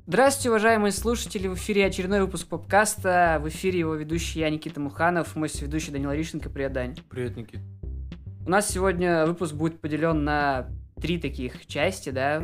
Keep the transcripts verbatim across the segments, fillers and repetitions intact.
Здравствуйте, уважаемые слушатели, в эфире очередной выпуск Попкаста, в эфире его ведущий я, Никита Муханов, мой соведущий Данил Аришенко. Привет, Дань. Привет, Никит. У нас сегодня выпуск будет поделен на три таких части, да.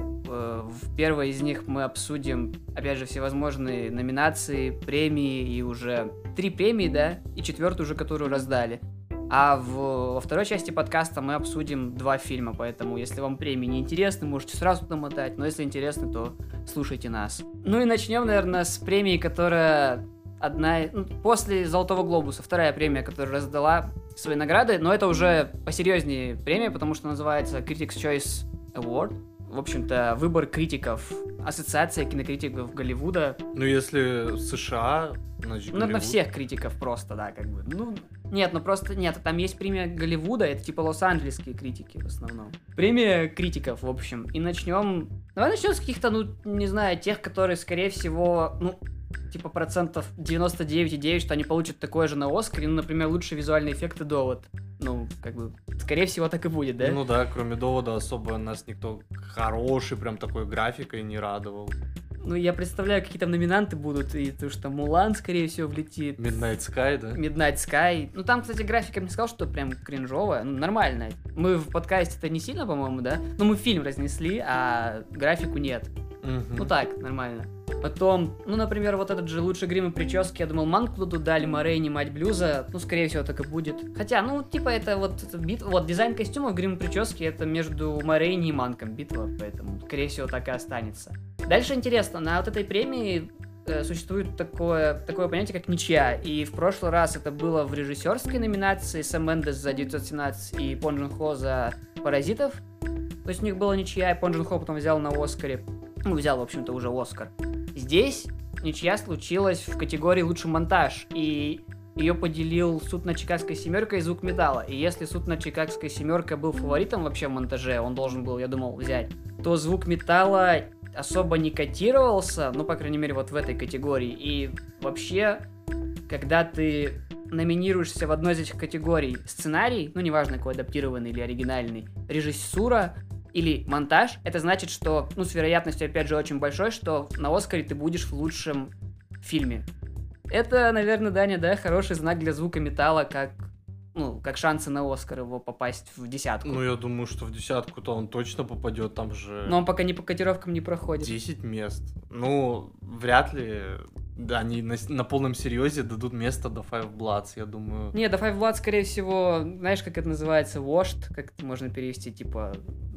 В первой из них мы обсудим, опять же, всевозможные номинации, премии и уже три премии, да, и четвертую уже, которую раздали. А в, во второй части подкаста мы обсудим два фильма, поэтому если вам премии не интересны, можете сразу намотать, но если интересны, то слушайте нас. Ну и начнем, наверное, с премии, которая одна... Ну, после «Золотого глобуса», вторая премия, которая раздала свои награды, но это уже посерьезнее премия, потому что называется Critics' Choice Award. В общем-то, выбор критиков, ассоциация кинокритиков Голливуда. Ну, если США, значит, Ну, Голливуд. на всех критиков просто, да, как бы. Ну, нет, ну просто нет, там есть премия Голливуда, это типа лос-анджелесские критики в основном. Премия критиков, в общем. И начнем... Давай начнем с каких-то, ну, не знаю, тех, которые, скорее всего, ну, типа процентов девяносто девять и девять, что они получат такое же на Оскаре. Ну, например, лучшие визуальные эффекты «Довод». Ну, как бы, скорее всего, так и будет, да? Ну да, кроме «Довода» особо нас никто хороший прям такой графикой не радовал. Ну, я представляю, какие там номинанты будут, и то, что «Мулан», скорее всего, влетит. Midnight Sky, да? Midnight Sky. Ну, там, кстати, графика, я не сказал, что прям кринжовая, ну, нормальная. Мы в подкасте-то не сильно, по-моему, да? Ну, мы фильм разнесли, а графику нет. Угу. Ну, так, нормально. Потом, ну, например, вот этот же «Лучший грим и прически», я думал, Манклуду дали, Морейни, «Мать блюза», ну, скорее всего, так и будет. Хотя, ну, типа, это вот битва, вот дизайн костюмов, грим и прически, это между Морейни и Манком битва, поэтому, скорее всего, так и останется. Дальше интересно, на вот этой премии э, существует такое, такое понятие, как ничья, и в прошлый раз это было в режиссерской номинации, Сэм Мендес за девятьсот семнадцать и Пон Джун Хо за «Паразитов», то есть у них была ничья, и Пон Джун Хо потом взял на Оскаре, ну, взял, в общем-то, уже Оскар. Здесь ничья случилась в категории «Лучший монтаж», и ее поделил «Суд над Чикагской семеркой» и «Звук металла». И если «Суд над Чикагской семеркой» был фаворитом вообще в монтаже, он должен был, я думал, взять, то «Звук металла» особо не котировался, ну, по крайней мере, вот в этой категории. И вообще, когда ты номинируешься в одной из этих категорий: сценарий, ну, неважно, какой, адаптированный или оригинальный, режиссура или монтаж, это значит, что, ну, с вероятностью, опять же, очень большой, что на Оскаре ты будешь в лучшем фильме. Это, наверное, Даня, да, хороший знак для «Звука металла», как, ну, как шансы на Оскар его попасть в десятку. Ну, я думаю, что в десятку-то он точно попадет, там же... Но он пока не по котировкам не проходит. десять мест. Ну, вряд ли... Да, они на, на полном серьезе дадут место до Five Bloods, я думаю. Не, до Five Bloods, скорее всего, знаешь, как это называется, washed, как это можно перевести, типа,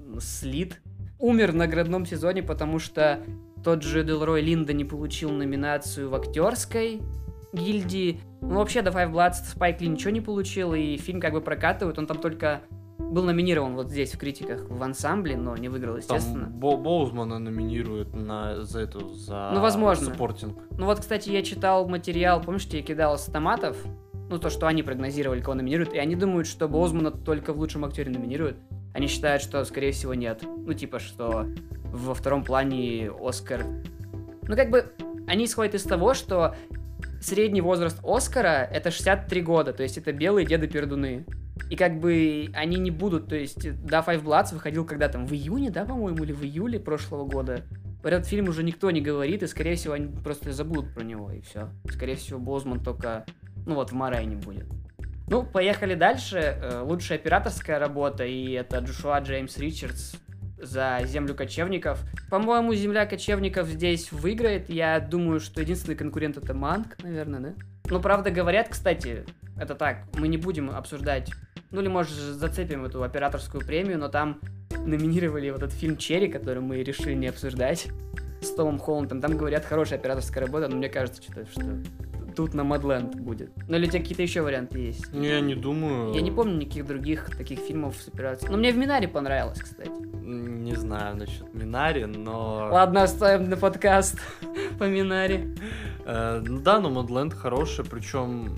слит. Умер в наградном сезоне, потому что тот же Делрой Линда не получил номинацию в актерской гильдии. Ну, вообще, до Five Bloods Спайк Ли ничего не получил, и фильм как бы прокатывают, он там только... был номинирован вот здесь в критиках в ансамбле, но не выиграл, естественно. Там Бо- Боузмана номинируют на, за эту, за Ну, возможно. саппортинг. Ну вот, кстати, я читал материал, помнишь, я кидал с томатов, ну то, что они прогнозировали, кого номинируют, и они думают, что Боузмана только в лучшем актере номинируют. Они считают, что, скорее всего, нет. Ну, типа, что во втором плане Оскар... Ну, как бы, они исходят из того, что средний возраст Оскара — это шестьдесят три года, то есть это белые деды-пердуны. И как бы они не будут, то есть, да, Five Bloods выходил когда там, в июне, да, по-моему, или в июле прошлого года. Про этот фильм уже никто не говорит, и, скорее всего, они просто забудут про него, и все. Скорее всего, Боузман только, ну вот, в Морейне будет. Ну, поехали дальше. Лучшая операторская работа, и это Джошуа Джеймс Ричардс за «Землю кочевников». По-моему, «Земля кочевников» здесь выиграет. Я думаю, что единственный конкурент — это Манк, наверное, да? Ну, правда, говорят, кстати, это так, мы не будем обсуждать, ну или, может, зацепим эту операторскую премию, но там номинировали вот этот фильм «Черри», который мы решили не обсуждать, с Томом Холландом. Там, говорят, хорошая операторская работа, но мне кажется, что, что тут на Мадленд будет. Ну или у тебя какие-то еще варианты есть? Ну, я не думаю. Я не помню никаких других таких фильмов с операцией. Но мне в «Минаре» понравилось, кстати. Не знаю насчет Минари, но... Ладно, оставим на подкаст по «Минаре». Э, ну да, но Мадленд хороший, причем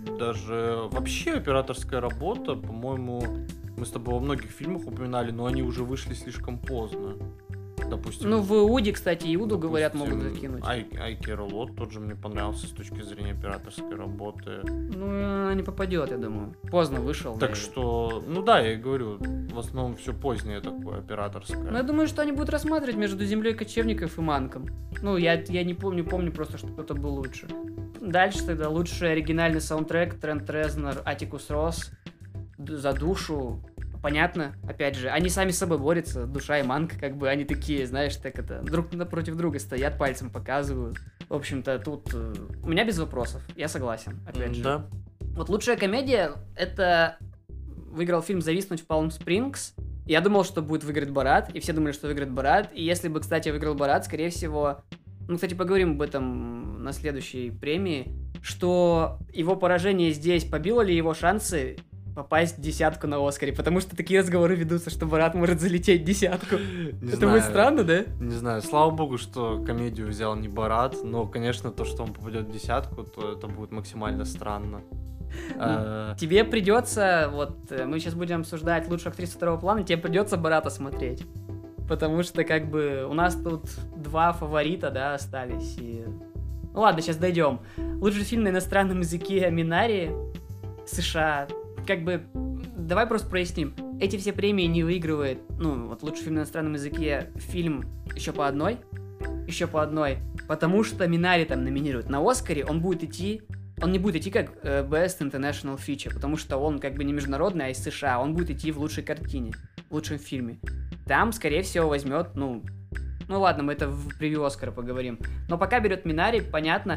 даже вообще операторская работа, по-моему, мы с тобой во многих фильмах упоминали, но они уже вышли слишком поздно. допустим... Ну, в Иуде, кстати, Иуду, говорят, допустим, могут закинуть. Ай, Айкеролот тот же мне понравился с точки зрения операторской работы. Ну, не попадет, я думаю. Поздно вышел. Так да и- что, ну да, я и говорю, в основном все позднее такое, операторское. Ну, я думаю, что они будут рассматривать между землей кочевников и Манком. Ну, я, я не помню, помню просто, что кто-то был лучше. Дальше тогда лучший оригинальный саундтрек Трент Резнор, Атикус Росс, Д- За душу. Понятно, опять же, они сами с собой борются, душа и Манк, как бы они такие, знаешь, так это, друг напротив друга стоят, пальцем показывают. В общем-то, тут э, у меня без вопросов, я согласен, опять же. Да. Вот лучшая комедия, это выиграл фильм «Зависнуть в Палм Спрингс». Я думал, что будет выиграть Борат, и все думали, что выиграет Борат. И если бы, кстати, выиграл Борат, скорее всего... Ну, кстати, поговорим об этом на следующей премии, что его поражение здесь побило ли его шансы попасть в десятку на Оскаре, потому что такие разговоры ведутся, что Борат может залететь в десятку. Не Это знаю. будет странно, да? Не знаю, слава богу, что комедию взял не Борат, но, конечно, то, что он попадет в десятку, то это будет максимально странно. А, Тебе придется, вот, э, мы сейчас будем обсуждать лучшую актрису второго плана, тебе придется Бората смотреть. Потому что, как бы, у нас тут два фаворита, да, остались. И... Ну ладно, сейчас дойдем. Лучший фильм на иностранном языке Минари, США. Как бы, давай просто проясним. Эти все премии не выигрывает, ну, вот лучший фильм на иностранном языке, фильм еще по одной, еще по одной, потому что Минари там номинируют. На Оскаре он будет идти, он не будет идти как э, Best International Feature, потому что он как бы не международный, а из США. Он будет идти в лучшей картине, в лучшем фильме. Там, скорее всего, возьмет, ну... Ну ладно, мы это в превью Оскара поговорим. Но пока берет Минари, понятно,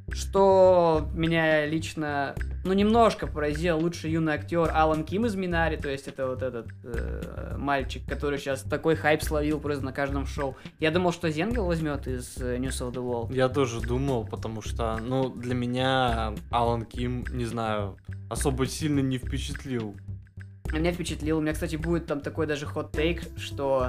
что меня лично, ну, немножко поразил лучший юный актер Алан Ким из Минари, то есть это вот этот э, мальчик, который сейчас такой хайп словил просто на каждом шоу. Я думал, что Зенгел возьмет из э, News of the World. Я тоже думал, потому что, ну, для меня Алан Ким, не знаю, особо сильно не впечатлил. Меня впечатлил. У меня, кстати, будет там такой даже хот-тейк, что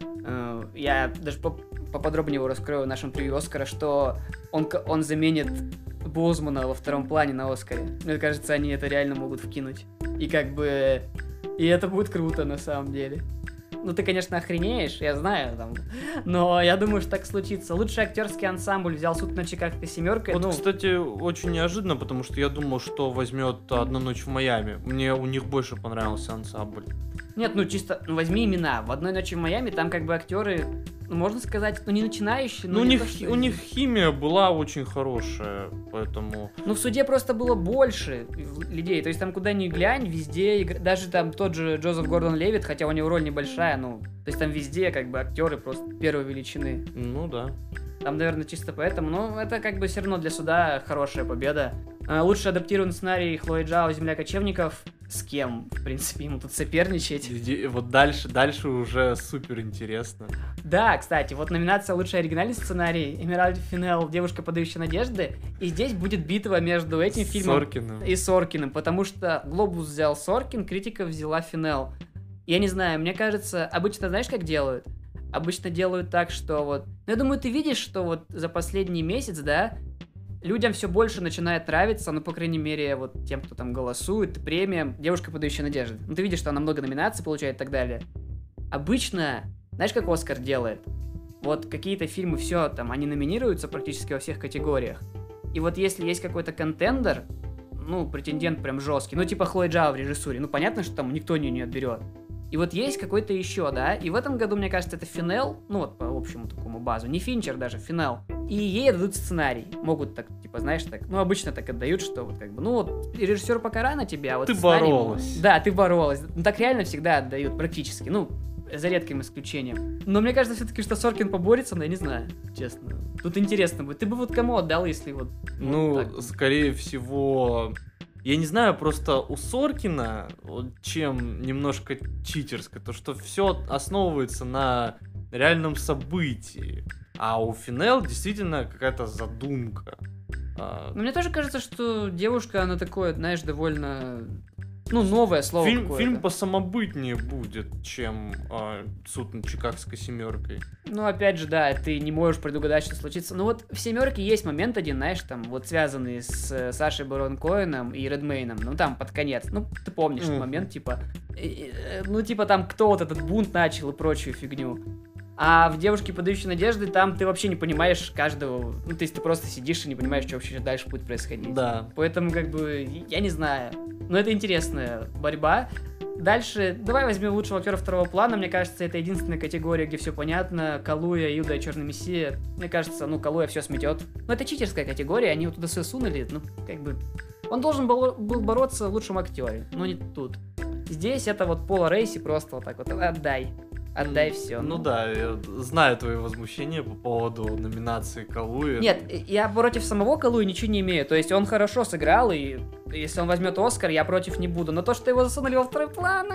э, я даже поп- поподробнее его раскрою в нашем превью Оскара, что он, к- он заменит Боузмана во втором плане на Оскаре. Мне кажется, они это реально могут вкинуть. И как бы... И это будет круто, на самом деле. Ну, ты, конечно, охренеешь, я знаю, там, но я думаю, что так случится. Лучший актерский ансамбль взял «Суд над Чикагской семеркой». Вот, ну, кстати, очень неожиданно, потому что я думал, что возьмет «Одна ночь в Майами». Мне у них больше понравился ансамбль. Нет, ну чисто, ну возьми имена. В «Одной ночи в Майами» там как бы актеры, ну можно сказать, ну не начинающие, но Ну, у не них, то, что- у них химия была очень хорошая, поэтому... Ну в суде просто было больше людей, то есть там куда ни глянь, везде, игр- даже там тот же Джозеф Гордон-Левитт, хотя у него роль небольшая, ну, то есть там везде как бы актеры просто первой величины. Ну, да. Там, наверное, чисто поэтому, но это как бы все равно для суда хорошая победа. А, лучший адаптированный сценарий Хлои Джао «Земля кочевников». С кем, в принципе, ему тут соперничать? Иди- Вот дальше, дальше уже супер интересно. Да, кстати, вот номинация «Лучший оригинальный сценарий» Эмеральд Финел «Девушка, подающая надежды». И здесь будет битва между этим С фильмом Соркиным. и Соркиным, потому что «Глобус» взял Соркин, критика взяла Финел. Я не знаю, мне кажется, обычно знаешь, как делают? Обычно делают так, что вот... Ну, я думаю, ты видишь, что вот за последний месяц, да, людям все больше начинает нравиться, ну, по крайней мере, вот тем, кто там голосует, премиям, «Девушка, подающая надежды». Ну, ты видишь, что она много номинаций получает и так далее. Обычно, знаешь, как Оскар делает? Вот какие-то фильмы, все, там, они номинируются практически во всех категориях. И вот если есть какой-то контендер, ну, претендент прям жесткий, ну, типа Хлои Джао в режиссуре, ну, понятно, что там никто ее не отберет. И вот есть какой-то еще, да, и в этом году, мне кажется, это Финел, ну, вот по общему такому базу, не Финчер даже, Финел. И ей отдадут сценарий, могут так, типа, знаешь, так, ну, обычно так отдают, что вот как бы, ну, вот режиссер пока рано тебя, а вот Ты сценарий ему- боролась. Да, ты боролась. Ну, так реально всегда отдают, практически, ну, за редким исключением. Но мне кажется все-таки, что Соркин поборется, но я не знаю, честно. Тут интересно будет. Ты бы вот кому отдал, если вот... Ну, вот так? скорее всего... Я не знаю, просто у Соркина, вот чем немножко читерское, то что все основывается на реальном событии. А у Финел действительно какая-то задумка. А, Ну, мне тоже кажется, что девушка, она такое, знаешь, довольно... Ну, новое слово Фильм, какое-то. фильм посамобытнее будет, чем а, «Суд над Чикагской семеркой». Ну, опять же, да, ты не можешь предугадать, что случится. Ну, вот в «Семерке» есть момент один, знаешь, там, вот связанный с э, Сашей Барон Коэном и Редмейном. Ну, там, под конец. Ну, ты помнишь Мгм. момент, типа... э, э, ну, типа, там, кто вот этот бунт начал и прочую фигню. А в «Девушке, подающей надежды» там ты вообще не понимаешь каждого, ну, то есть ты просто сидишь и не понимаешь, что вообще дальше будет происходить. Да. Поэтому, как бы, я не знаю. Но это интересная борьба. Дальше, давай возьмем лучшего актера второго плана. Мне кажется, это единственная категория, где все понятно. Калуя, Иуда и Черный Мессия. Мне кажется, ну, Калуя все сметет. Но это читерская категория, они его туда все сунули. Ну, как бы, он должен был, был бороться в лучшем актере, но не тут. Здесь это вот Пола Рейси просто вот так вот, отдай. Отдай все. Ну, ну да, я знаю твои возмущения по поводу номинации Калуи. Нет, я против самого Калуи ничего не имею. То есть он хорошо сыграл, и если он возьмет Оскар, я против не буду. Но то, что его засунули во второй план,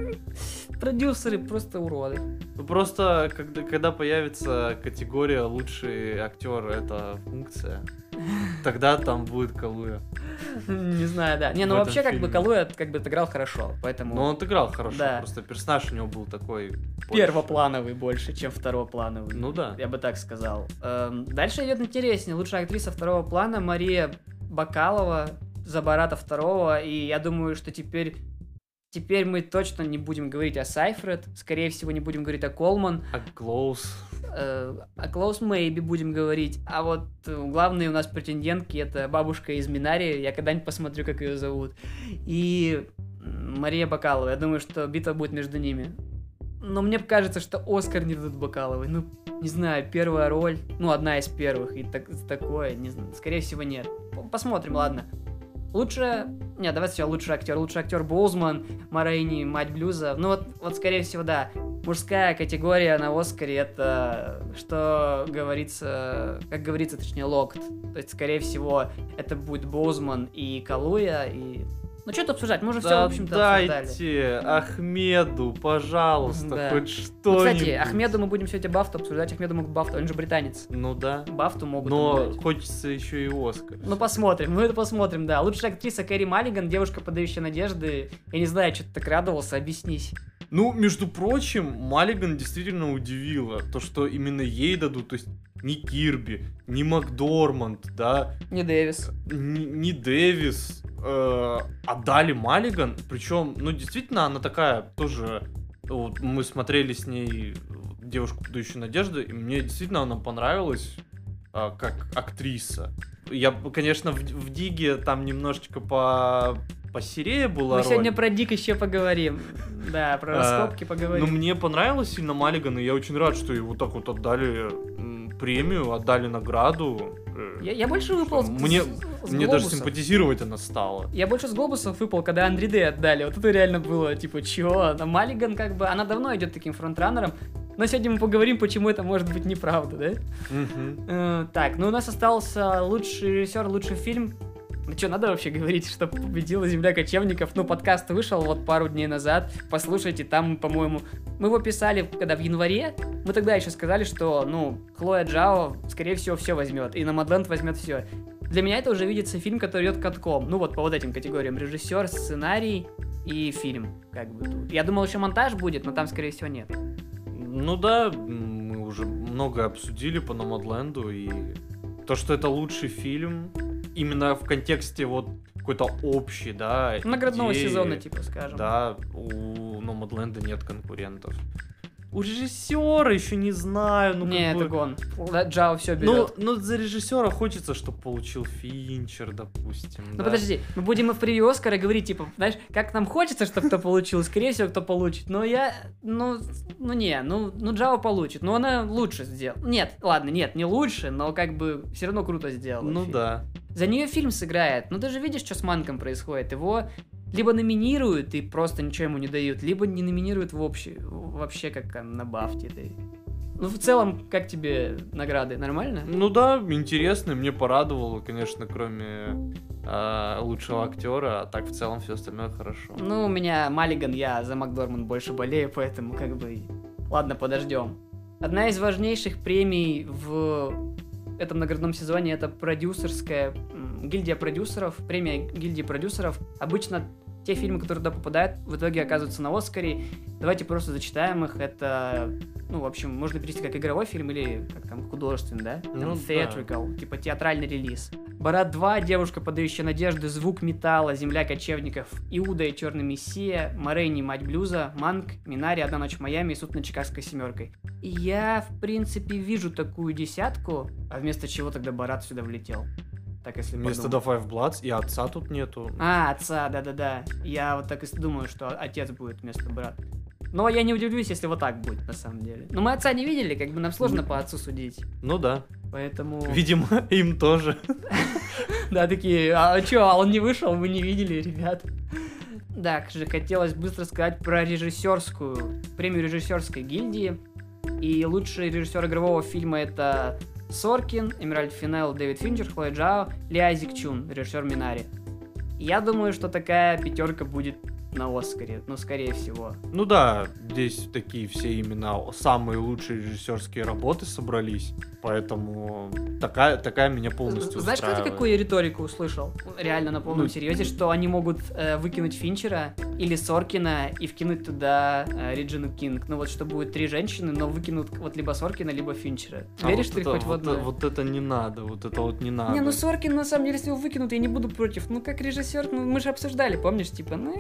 продюсеры просто уроды. Ну просто, когда, когда появится категория лучший актер, это функция, тогда там будет Калуя. Не знаю, да. Не, ну вообще, как бы, Калуя как бы отыграл хорошо, поэтому... Ну он отыграл хорошо, да. Просто персонаж у него был такой... Первоплановый больше, чем второплановый. Ну да. Я бы так сказал. Эм, дальше идет интереснее. Лучшая актриса второго плана Мария Бакалова за Барата второго, и я думаю, что теперь... Теперь мы точно не будем говорить о Сайфред, скорее всего, не будем говорить о Колман. О Клоус. Э, о Клоус Мэйби будем говорить. А вот э, главные у нас претендентки — это бабушка из Минари. Я когда-нибудь посмотрю, как ее зовут. И Мария Бакалова. Я думаю, что битва будет между ними. Но мне кажется, что Оскар не дадут Бакаловой. Ну, не знаю, первая роль. Ну, одна из первых. И так, такое, не знаю. Скорее всего, нет. Посмотрим, ладно. Лучше... Нет, давайте все, лучший актер. Лучший актер Боузман, Ма Рейни, Мать Блюза. Ну вот, вот, скорее всего, да. Мужская категория на Оскаре — это, что говорится, как говорится, точнее, Локт. То есть, скорее всего, это будет Боузман и Калуя, и... Ну, что тут обсуждать? Мы уже да все, в общем-то, дайте обсуждали. Ахмеду, пожалуйста, Да. хоть Ну, что-нибудь. кстати, Ахмеду мы будем сегодня Бафту обсуждать. Ахмеду могут Бафту, он же британец. Ну да. Бафту могут Но ему дать. хочется еще и Оскар. Ну, посмотрим, ну это посмотрим, да. Лучшая актриса Кэрри Маллиган, девушка, подающая надежды. Я не знаю, что ты так радовался, объяснись. Ну, между прочим, Маллиган действительно удивила. То, что именно ей дадут, то есть ни Кирби, ни Макдорманд, да, Не Дэвис. ни, ни Дэвис, э, отдали Маллиган. Причем, ну, действительно, она такая тоже... Вот мы смотрели с ней «Девушку, подающую надежды», и мне действительно она понравилась э, как актриса. Я, конечно, в, в Диге там немножечко по... посерее была Мы роль. сегодня про Дик еще поговорим. Да, про раскопки А, поговорим. Ну, мне понравилось сильно Маллиган, и я очень рад, что его так вот отдали м, премию, отдали награду. Э, Я, я больше выпал с, Мне, с- с мне даже глобусов. симпатизировать она стала. Я больше с глобусов выпал, когда Андре Дэй отдали. Вот это реально было, типа, чего? А Маллиган, как бы, она давно идет таким фронтранером. Но сегодня мы поговорим, почему это может быть неправда, да? Мгм. Э, так, ну у нас остался лучший режиссер, лучший фильм. Ну что, надо вообще говорить, что победила «Земля кочевников»? Ну, подкаст вышел вот пару дней назад. Послушайте, там, по-моему... Мы его писали, когда в январе. Мы тогда еще сказали, что, ну, Хлоя Джао, скорее всего, все возьмет. И Номадленд возьмет все. Для меня это уже видится фильм, который идет катком. Ну, вот по вот этим категориям. Режиссер, сценарий и фильм. Как бы тут. Я думал, еще монтаж будет, но там, скорее всего, нет. Ну да, м, мы уже много обсудили по Номадленду, и то, что это лучший фильм, именно в контексте вот какой-то общий, да, Наградного идеи, сезона, типа, скажем. Да, у Номадленда нет конкурентов. У режиссера еще не знаю, ну не, как это бы... гон. Джао все Ну, берет. ну, за режиссера хочется, чтобы получил Финчер, допустим. Ну да. подожди, мы будем и в превью Оскара говорить, типа, знаешь, как нам хочется, чтобы кто получил, скорее всего, кто получит. Но я, ну, ну не, ну, ну Джао получит, но она лучше сделала. Нет, ладно, нет, не лучше, но как бы все равно круто сделала. Ну фильм. да. За нее фильм сыграет. Ну ты же видишь, что с Манком происходит. Его либо номинируют и просто ничего ему не дают, либо не номинируют в общий, вообще как там, на Бафте. Да. Ну в целом, как тебе награды? Нормально? Ну да, интересно, мне порадовало, конечно, кроме э, лучшего актера, а так в целом все остальное хорошо. Ну, у меня Маллиган, я за Макдорманд больше болею, поэтому как бы... Ладно, подождем. Одна из важнейших премий в этом наградном сезоне — это продюсерская м, гильдия продюсеров, премия гильдии продюсеров. Обычно те фильмы, которые туда попадают, в итоге оказываются на Оскаре. Давайте просто зачитаем их. Это ну, в общем, можно перевести как игровой фильм или как там художественный, да? Там Ну, theatrical, да. Типа театральный релиз. Борат два, Девушка, подающая надежды, Звук металла, Земля кочевников, Иуда и Черный мессия, Морейни, Мать блюза, Манк, Минари, Одна ночь в Майами и Суд над Чикагской семеркой. И я, в принципе, вижу такую десятку, а вместо чего тогда Борат сюда влетел? Так, если Вместо подумать. The Five Bloods и отца тут нету. А, отца, да-да-да. Я вот так и думаю, что отец будет вместо брата. Но я не удивлюсь, если вот так будет, на самом деле. Но мы отца не видели, как бы нам сложно по отцу судить. Ну да. Поэтому... Видимо, им тоже. Да, такие, а чё, а он не вышел, мы не видели, ребят. Так же хотелось быстро сказать про режиссерскую, премию режиссерской гильдии. И лучший режиссер игрового фильма это Соркин, Эмеральд Финнелл, Дэвид Финчер, Хлоя Джао, Ли Айзек Чун, режиссер Минари. Я думаю, что такая пятерка будет на Оскаре, ну, скорее всего. Ну да, здесь такие все именно самые лучшие режиссерские работы собрались, поэтому такая, такая меня полностью Знаешь, кстати, устраивает. какую я риторику услышал? Реально на полном Ну, серьезе, что они могут э, выкинуть Финчера или Соркина и вкинуть туда э, Реджину Кинг. Ну вот что будет три женщины, но выкинут вот либо Соркина, либо Финчера. А Веришь вот ты это, хоть в вот, одно? вот это не надо, вот это вот не надо. Не, ну Соркин, на самом деле, если его выкинут, я не буду против. Ну, как режиссер, ну, мы же обсуждали, помнишь, типа, ну,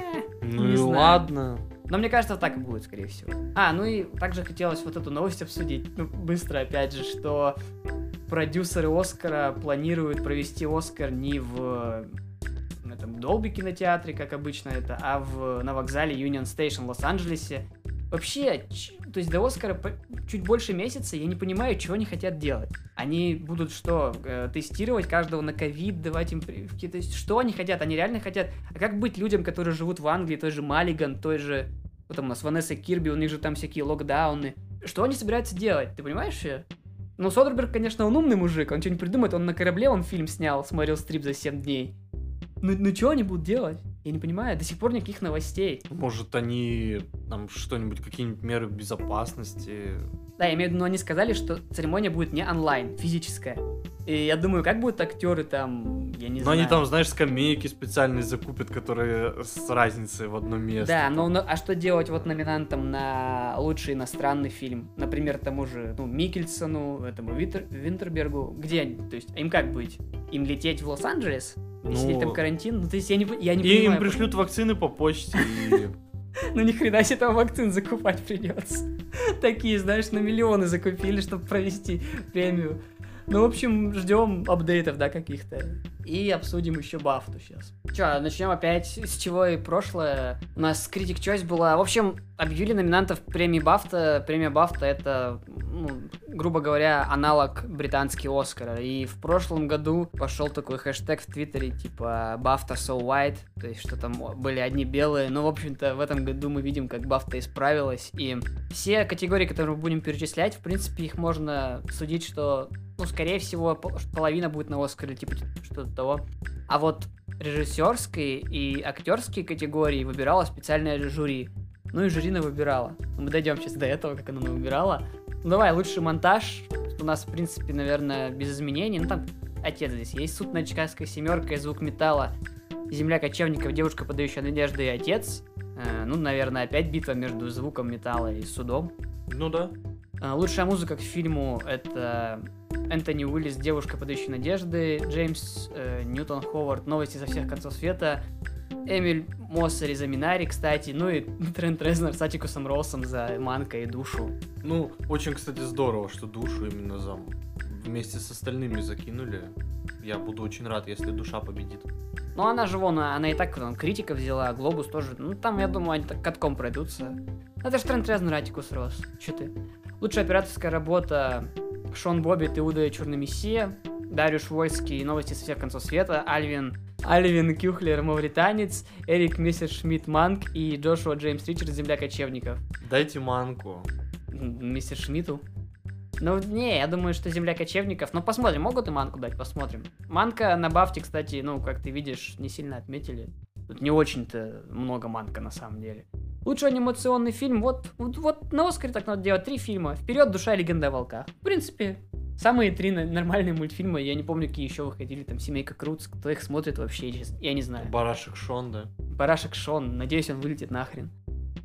Ну не и знаю. ладно. Но мне кажется, так и будет, скорее всего. А, ну и также хотелось вот эту новость обсудить, ну, быстро, опять же, что продюсеры Оскара планируют провести Оскар не в этом Долби кинотеатре, как обычно это, а в, на вокзале Union Station в Лос-Анджелесе. Вообще, ч- то есть до Оскара по- чуть больше месяца, я не понимаю, чего они хотят делать. Они будут что, э, тестировать каждого на ковид, давать им прививки? То есть что они хотят? Они реально хотят... А как быть людям, которые живут в Англии, той же Маллиган, той же... Вот там у нас Ванесса Кирби, у них же там всякие локдауны. Что они собираются делать? Ты понимаешь? Вообще? Ну, Содерберг, конечно, он умный мужик, он что-нибудь придумает, он на корабле, он фильм снял с Мэрил Стрип за семь дней. Ну, ну что они будут делать? Я не понимаю, до сих пор никаких новостей. Может, они там что-нибудь, какие-нибудь меры безопасности. Да, я имею в виду, но они сказали, что церемония будет не онлайн, физическая. И я думаю, как будут актеры там, я не Но знаю. они там, знаешь, скамейки специальные закупят, которые с разницей в одно место. Да, там. но, но а что делать вот номинантам на лучший иностранный фильм? Например, тому же, ну, Миккельсону, этому Витер, Винтербергу. Где они? То есть, им как быть? Им лететь в Лос-Анджелес? И Ну, сидеть там карантин? Ну, то есть, я не, я не И понимаю. им пришлют вакцины по почте. И... Ну, ни хрена себе там вакцин закупать придется. Такие, знаешь, на миллионы закупили, чтобы провести премию. Ну, в общем, ждем апдейтов, да, каких-то. И обсудим еще Бафту сейчас. Че, начнем опять с чего и прошлое. У нас Critic Choice была... В общем, объявили номинантов премии Бафта. Премия Бафта — это, ну, грубо говоря, аналог британский Оскара. И в прошлом году пошел такой хэштег в Твиттере, типа Бафта so white. То есть, что там были одни белые. Но, в общем-то, в этом году мы видим, как Бафта исправилась. И все категории, которые мы будем перечислять, в принципе, их можно судить, что... Ну, скорее всего, половина будет на Оскаре, типа что-то того. А вот режиссерской и актерской категории выбирала специальное жюри. Ну и жюри выбирала. Мы дойдем сейчас до этого, как оно выбирала. Ну давай, лучший монтаж. У нас, в принципе, наверное, без изменений. Ну там отец здесь есть. Суд над Чикагской семеркой, Звук металла, Земля кочевников, Девушка, подающая надежды и отец. Э, ну, наверное, опять битва между звуком металла и судом. Ну да. Лучшая музыка к фильму — это Энтони Уиллис, Девушка, подающая надежды, Джеймс э, Ньютон Ховард, Новости со всех концов света, Эмиль Моссери за Минари, кстати, ну и Трент Резнор с Атикусом Россом за Манка и Душу. Ну, очень, кстати, здорово, что Душу именно за вместе с остальными закинули. Я буду очень рад, если Душа победит. Ну, она же вон, она и так там критика взяла, Глобус тоже. Ну, там, я думаю, они так катком пройдутся. Это же Трент Резнор, Атикус Росс. Че ты? Лучшая операторская работа: Шон Боббит, Иуда и Черный мессия, Дариуш Войский, Новости со всех концов света, Альвин, Альвин Кюхлер, Мавританец, Эрик Мессершмитт Манк и Джошуа Джеймс Ричардс, Земля кочевников. Дайте Манку. Мистер Шмидту. Ну, не, я думаю, что Земля кочевников. Но посмотрим, могут и Манку дать, посмотрим. Манка на Бафте, кстати, ну, как ты видишь, не сильно отметили. Тут не очень-то много Манка, на самом деле. Лучший анимационный фильм, вот, вот, вот на Оскаре так надо делать три фильма. «Вперед, душа и легенда о волках». В принципе, самые три нормальные мультфильмы. Я не помню, какие еще выходили, там «Семейка Крудс», кто их смотрит вообще, я не знаю. Барашек Шон, да. «Барашек Шон», надеюсь, он вылетит нахрен.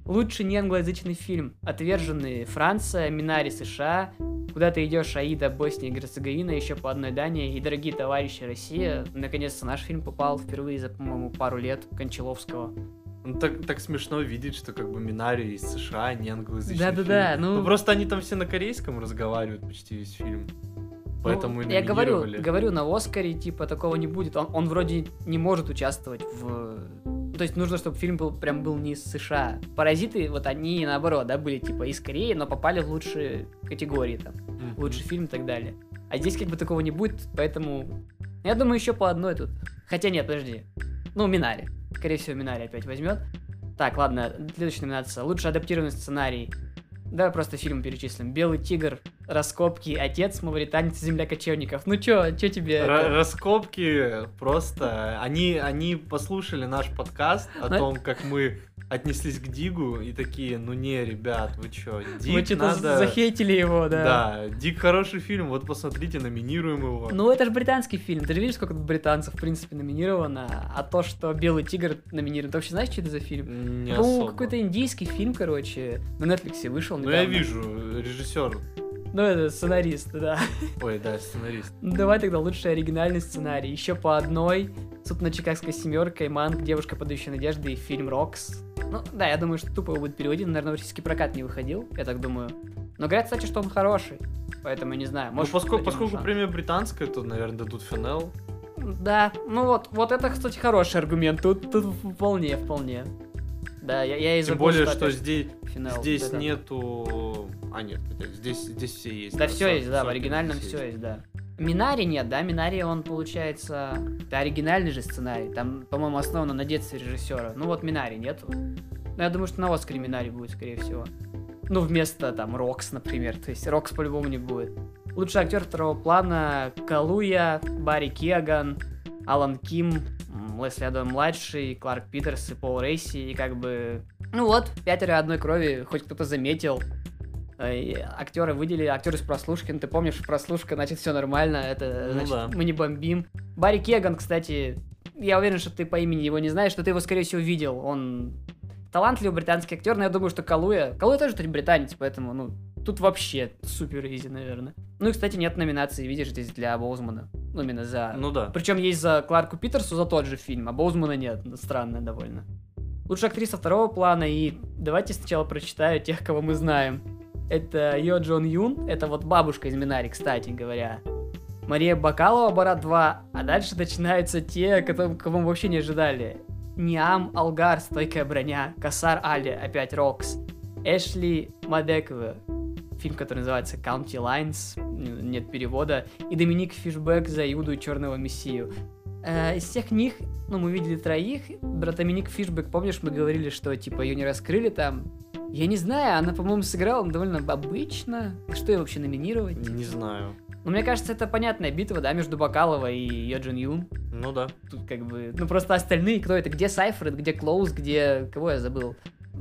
Лучший неанглоязычный фильм. Отверженные Франция, Минари США, Куда ты идешь, Аида, Босния и Герцеговина, еще по одной Дания и Дорогие товарищи Россия. Наконец-то наш фильм попал впервые за, по-моему, пару лет Кончаловского. Ну, так, так смешно видеть, что как бы Минари из США, не англоязычный Да-да-да, фильм. ну... ну... просто они там все на корейском разговаривают почти весь фильм. Поэтому ну, и я говорю, номинировали. говорю, на Оскаре, типа, такого не будет. Он, он вроде не может участвовать в... То есть нужно, чтобы фильм был прям был не из США. Паразиты, вот они наоборот, да, были типа из Кореи, но попали в лучшие категории, там, Mm-hmm. лучший фильм и так далее. А здесь как бы такого не будет, поэтому... Я думаю, еще по одной тут. Хотя нет, подожди. Ну, Минари. Скорее всего, Минари опять возьмет. Так, ладно, следующая номинация. Лучший адаптированный сценарий. Давай просто фильм перечислим. «Белый тигр», «Раскопки», «Отец», «Мавританец», «Земля кочевников». Ну чё, чё тебе... Р- это? Раскопки просто... Они, они послушали наш подкаст о Но- том, как мы отнеслись к Дигу, и такие, ну не, ребят, вы чё, Диг Мы что-то надо... захейтили его, да. Да, Диг хороший фильм, вот посмотрите, номинируем его. Ну, это же британский фильм. Ты же видишь, сколько тут британцев, в принципе, номинировано. А то, что «Белый тигр» номинирован... Ты вообще знаешь, что это за фильм? Не По-моему, особо. какой-то индийский фильм, короче, на Netflix вышел Ну я недавно. вижу, режиссер. Ну, это сценарист, да. Ой, да, сценарист. Ну, давай тогда лучший оригинальный сценарий. Еще по одной. «Суд над Чикагской семеркой», «Манк», «Девушка, подающая надежды» и фильм «Рокс». Ну, да, я думаю, что тупо его будет переводить. Наверное, в российский прокат не выходил, я так думаю. Но говорят, кстати, что он хороший. Поэтому я не знаю. Ну, Может, поскольку, дадим ему поскольку шанс. премия британская, то, наверное, дадут Финел. Да, ну вот, вот это, кстати, хороший аргумент. Тут, тут вполне, вполне. Да, я, я и Тем забыл, более, что опять здесь, финал. здесь Вот это. нету... А, нет, хотя здесь, здесь все есть. Да, на все самом- есть, да, в самом оригинальном деле все есть, да. Минари нет, да, Минари, он, получается, это оригинальный же сценарий, там, по-моему, основано на детстве режиссера. Ну вот Минари нету. Но я думаю, что на Оскаре Минари будет, скорее всего. Ну, вместо, там, Рокс, например, то есть Рокс по-любому не будет. Лучший актер второго плана: Калуя, Барри Киаган, Алан Ким, м, Лесли Адам-младший, Кларк Питерс и Пол Рейси, и как бы... Ну вот, пятеро одной крови, хоть кто-то заметил. Э, Актеры выделили, актер из прослушки, ну ты помнишь, прослушка, значит, все нормально, это Ну значит, да. мы не бомбим. Барри Кеган, кстати, я уверен, что ты по имени его не знаешь, что ты его, скорее всего, видел. Он талантливый британский актер, но я думаю, что Калуя... Калуя тоже, кстати, британец, поэтому, ну, тут вообще супер изи, наверное. Ну и, кстати, нет номинации, видишь, здесь для Боузмана. Ну, именно за... Ну да. Причем есть за Кларку Питерсу за тот же фильм, а Боузмана нет. Ну, странно довольно. Лучшая актриса второго плана, и давайте сначала прочитаю тех, кого мы знаем. Это Йо Джон Юн, это вот бабушка из Минари, кстати говоря. Мария Бакалова, Барат два, а дальше начинаются те, кого, кого мы вообще не ожидали. Ниам Алгар, Стойкая броня, Касар Али, опять Рокс, Эшли Мадекова, фильм, который называется County Lines, нет перевода, и Доминик Фишбек за Иуду и Черного Мессию. Э, из всех них, ну, мы видели троих. Брат Доминик Фишбек, помнишь, мы говорили, что, типа, ее не раскрыли там? Я не знаю, она, по-моему, сыграла довольно обычно. Что ее вообще номинировать? Не знаю. Ну, мне кажется, это понятная битва, да, между Бакаловой и Йо Джон Юн. Ну да. Тут как бы, ну, просто остальные, кто это? Где Сайфред, где Клоуз, где... Кого я забыл?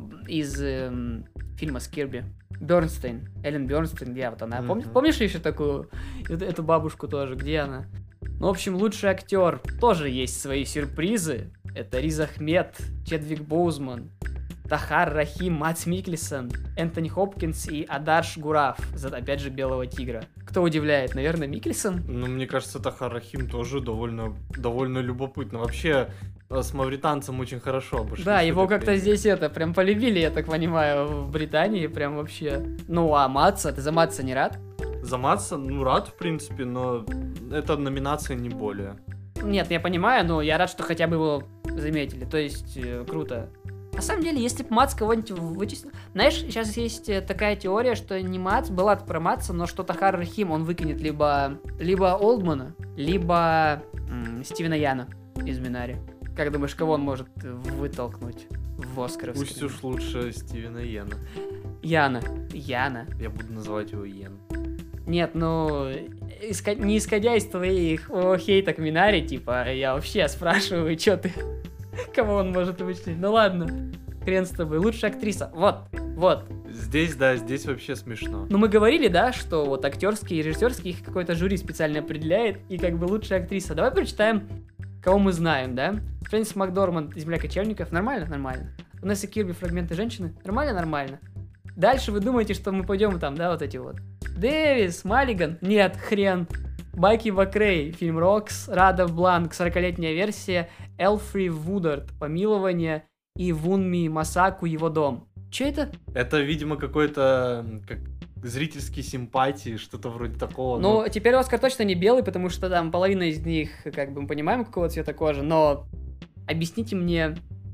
Из эм, фильма с Кирби. Бёрнстейн. Эллен Бёрнстейн, где вот она? Помнишь, Мгм. помнишь еще такую? Эту, эту бабушку тоже, где она? Ну, в общем, лучший актер. Тоже есть свои сюрпризы. Это Риз Ахмед, Чедвик Боузман, Тахар Рахим, Мадс Миккельсон, Энтони Хопкинс и Адарш Гураф за, опять же, Белого тигра. Кто удивляет? Наверное, Миккельсон? Ну, мне кажется, Тахар Рахим тоже довольно, довольно любопытно. Вообще, э, с мавританцем очень хорошо обошлись. Да, в его этой как-то премии. здесь это прям полюбили, я так понимаю, в Британии прям вообще. Ну, а Матса, ты за Матса не рад? За Матса, ну, рад, в принципе, но это номинация не более. Нет, я понимаю, но я рад, что хотя бы его заметили, то есть э, круто. На самом деле, если бы Мац кого-нибудь вычислил... Знаешь, сейчас есть э, такая теория, что не Мац, была про Матса, но что Тахар Рахим, он выкинет либо, либо Олдмана, либо м, Стивена Яна из Минари. Как думаешь, кого он может вытолкнуть в Оскаровский? Пусть уж лучше Стивена Йена. Яна. Яна. Я буду называть его Йен. Нет, ну, иска- не исходя из твоих о, хейта к Минари, типа, я вообще спрашиваю, что ты, кого он может вычислить. Ну ладно, хрен с тобой. Лучшая актриса. Вот, вот. Здесь, да, здесь вообще смешно. Ну, мы говорили, да, что вот актерские и режиссерские их какой-то жюри специально определяет, и как бы лучшая актриса. Давай прочитаем, кого мы знаем, да? Фрэнсис Макдорманд, «Земля кочевников». Нормально? Нормально. Ванесса Кирби «Фрагменты женщины». Нормально, нормально. Дальше вы думаете, что мы пойдем там, да, вот эти вот. Дэвис, Маллиган? Нет, хрен. Байки Вакрей, фильм «Рокс», Рада Бланк, сорокалетняя версия, Элфри Вудард, «Помилование» и Вунми Масаку «Его дом». Че это? Это, видимо, какой-то как зрительские симпатии, что-то вроде такого. Ну, но... теперь Оскар точно не белый, потому что там половина из них, как бы мы понимаем, какого цвета кожи, но объясните мне,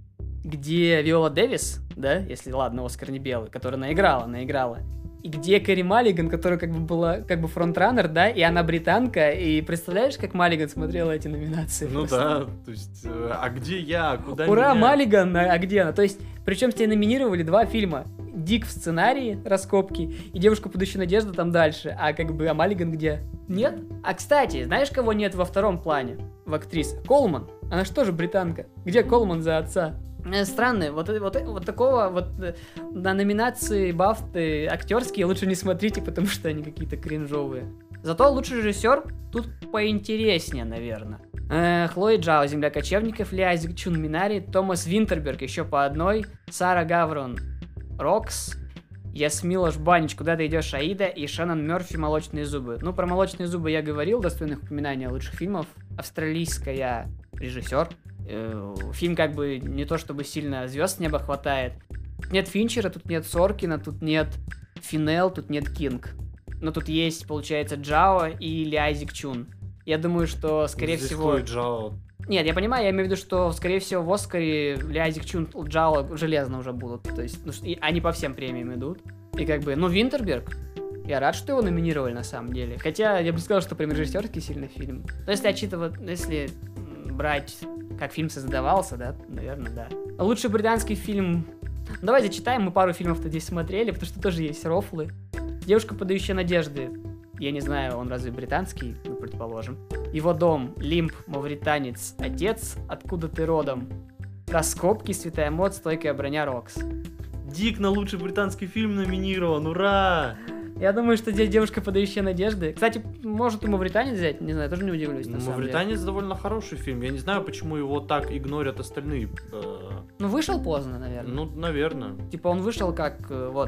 где Виола Дэвис, да, если, ладно, Оскар не белый, которая наиграла, наиграла, и где Кэрри Маллиган, которая как бы была как бы фронтранер, да, и она британка, и представляешь, как Маллиган смотрела эти номинации? Ну просто? да, то есть, э, а где я, куда Ура, меня? Маллиган, а а где она? То есть, причем тебе номинировали два фильма. Дик в сценарии, раскопки, и Девушка будущей надежды там дальше. А как бы, а Маллиган где? Нет? А кстати, знаешь, кого нет во втором плане в актрисе? Колман. Она что же британка? Где Колман за отца? Э, Странно, вот, э- вот, э- вот такого вот э, на номинации Бафты актерские лучше не смотрите, потому что они какие-то кринжовые. Зато лучший режиссер тут поинтереснее, наверное. Э, Хлои Джао, «Земля кочевников», Ли Айзек Чун, «Минари», Томас Винтерберг, еще по одной, Сара Гаврон, «Рокс», Ясмила Жбанич, «Куда ты идешь, Аида» и Шеннон Мёрфи, «Молочные зубы». Ну, про «Молочные зубы» я говорил, достойных упоминания лучших фильмов. Австралийская режиссер. Э, Фильм как бы не то чтобы сильно звезд с неба хватает. Тут нет Финчера, тут нет Соркина, тут нет Финел, тут нет Кинг. Но тут есть, получается, Джао и Ли Айзек Чун. Я думаю, что, скорее Здесь всего... Хлои Джао. Нет, я понимаю, я имею в виду, что, скорее всего, в Оскаре Ли Айзек Чун, Джао железно уже будут. То есть, ну, что- и они по всем премиям идут. И как бы, ну, Винтерберг, я рад, что его номинировали на самом деле. Хотя я бы сказал, что прям режиссерский сильный фильм. Но если отчитывать, если м, брать, как фильм создавался, да, наверное, да. Лучший британский фильм... Ну, давай зачитаем, мы пару фильмов-то здесь смотрели, потому что тоже есть рофлы. «Девушка, подающая надежды». Я не знаю, он разве британский, ну, предположим. «Его дом», «Лимб», «Мавританец», «Отец», «Откуда ты родом», «Раскопки», «Святая мод», «Стойкая броня», «Рокс». Дик на лучший британский фильм номинирован, ура! Я думаю, что здесь «Девушка, подающая надежды». Кстати, может и «Мавританец» взять, не знаю, тоже не удивлюсь, на Ну, самом деле. «Мавританец» довольно хороший фильм. Я не знаю, почему его так игнорят остальные. э, Ну, вышел поздно, наверное. Ну, наверное. Типа он вышел как, э, вот,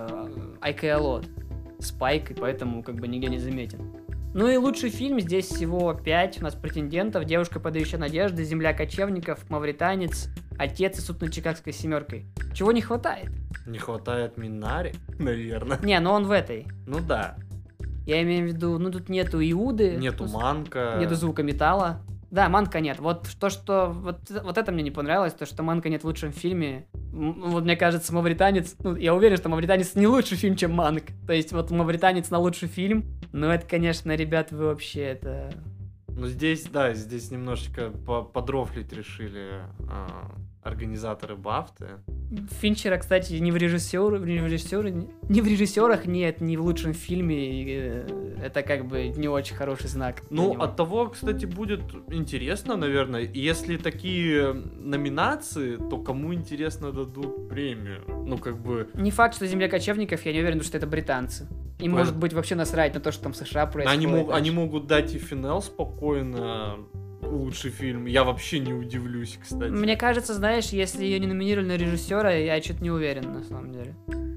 Айкеалот, Спайк, и поэтому как бы нигде не заметен. Ну и лучший фильм, здесь всего пять у нас претендентов. «Девушка, подающая надежды», «Земля кочевников», «Мавританец», «Отец» и «Суд над Чикагской семеркой». Чего не хватает? Не хватает Минари, наверное. Не, но он в этой. Ну да. Я имею в виду, ну тут нету Иуды. Нету ну, Манка. Нету звука металла. Да, Манка нет. Вот то, что... Вот, вот это мне не понравилось, то, что Манка нет в лучшем фильме. М, Вот мне кажется, «Мавританец». Ну, я уверен, что «Мавританец» не лучший фильм, чем Манк. То есть вот «Мавританец» на лучший фильм. Ну, это, конечно, ребят, вы вообще это... Ну здесь, да, здесь немножечко по- подрофлить решили а, организаторы Бафты. Финчера, кстати, не в режиссеры, не в режиссеры, не в режиссерах нет, не в лучшем фильме. И, э, это как бы не очень хороший знак. для Ну, него. от того, кстати, будет интересно, наверное. И Если такие номинации, то кому интересно дадут премию? Ну, как бы... Не факт, что «Земля кочевников», я не уверен, что это британцы. Им Понятно. может быть вообще насрать на то, что там в США происходит. Они, мог- так они что- могут дать и Финел спокойно лучший фильм. Я вообще не удивлюсь, кстати. Мне кажется, знаешь, если ее не номинировали на режиссера, я что-то не уверен, на самом деле.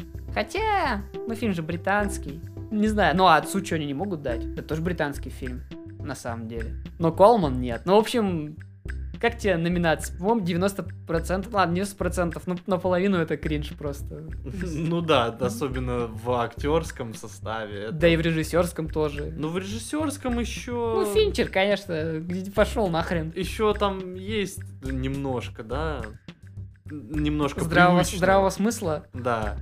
Хотя, ну фильм же британский. Не знаю, ну а «Отцу» что они не могут дать? Это тоже британский фильм, на самом деле. Но Колман нет. Ну, в общем, как тебе номинации? По-моему, девяносто процентов, ладно, не девяносто процентов, ну, наполовину это кринж просто. Ну да, особенно в актерском составе. это- Да и в режиссерском тоже. Ну, в режиссерском еще... Ну, Финчер, конечно, где пошел нахрен. Еще там есть немножко, да? Немножко Здравого, привычного. здравого смысла. Да.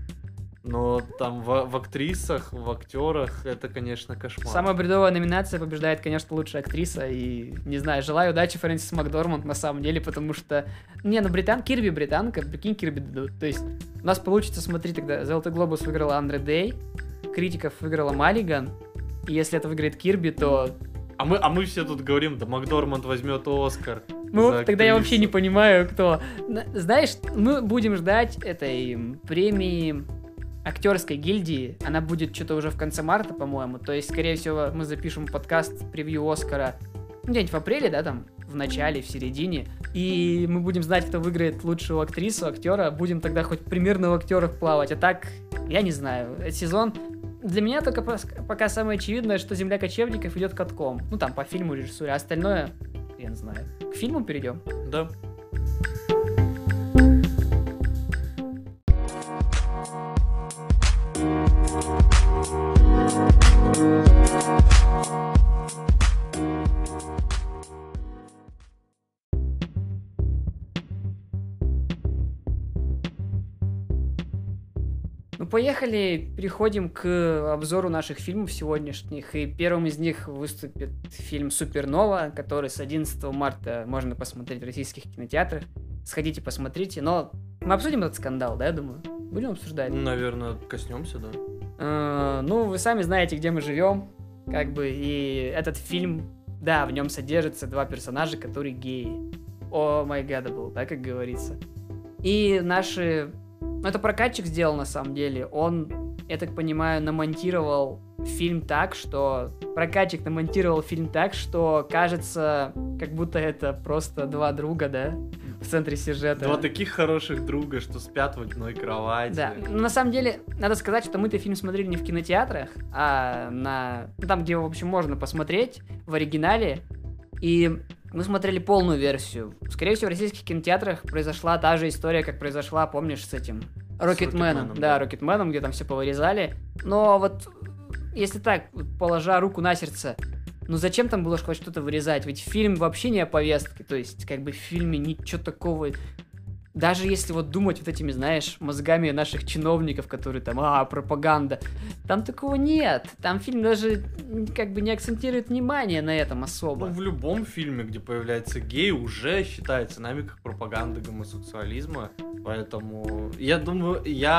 Но там в, в актрисах, в актерах это, конечно, кошмар. Самая бредовая номинация побеждает, конечно, лучшая актриса. И, не знаю, желаю удачи Фрэнсис Макдорманд на самом деле, потому что... Не, ну британ... Кирби британка, прикинь, Кирби дадут. То есть у нас получится, смотри, тогда «Золотой глобус» выиграла Андре Дэй, «Критиков» выиграла Маллиган. И если это выиграет Кирби, то... А мы, а мы все тут говорим, да Макдорманд возьмет Оскар. Ну, за тогда я актрису. вообще не понимаю, кто... На- Знаешь, мы будем ждать этой м, премии актерской гильдии. Она будет что-то уже в конце марта, по-моему. То есть, скорее всего, мы запишем подкаст превью Оскара ну, где-нибудь в апреле, да, там, в начале, в середине. И мы будем знать, кто выиграет лучшую актрису, актера. Будем тогда хоть примерно в актерах плавать. А так, я не знаю. Этот сезон... Для меня только пока самое очевидное, что «Земля кочевников» идет катком. Ну, там, по фильму, режиссуре. А остальное, я не знаю. К фильму перейдем? Да. Ну, поехали, переходим к обзору наших фильмов сегодняшних. И первым из них выступит фильм «Супернова», который с одиннадцатого марта можно посмотреть в российских кинотеатрах. Сходите, посмотрите. Но мы обсудим этот скандал, да, я думаю? Будем обсуждать? Наверное, коснемся, да. Э, ну, вы сами знаете, где мы живем. Как бы, и этот фильм, да, в нем содержатся два персонажа, которые геи. О май гадабл, да, как говорится. И наши... Ну, это прокатчик сделал, на самом деле. Он, я так понимаю, намонтировал фильм так, что... Прокатчик намонтировал фильм так, что кажется, как будто это просто два друга, да, в центре сюжета. Два таких хороших друга, что спят в одной кровати. Да, но на самом деле, надо сказать, что мы-то фильм смотрели не в кинотеатрах, а на... там, где его, в общем, можно посмотреть, в оригинале. И мы смотрели полную версию. Скорее всего, в российских кинотеатрах произошла та же история, как произошла, помнишь, с этим Рокетменом. Да, Рокетменом, где там все повырезали. Но вот, если так, положа руку на сердце, ну зачем там было хоть что-то вырезать? Ведь фильм вообще не о повестке. То есть, как бы в фильме ничего такого... Даже если вот думать вот этими, знаешь, мозгами наших чиновников, которые там, а, пропаганда, там такого нет. Там фильм даже как бы не акцентирует внимание на этом особо. Ну, в любом фильме, где появляется гей, уже считается нами как пропаганда гомосексуализма. Поэтому я думаю,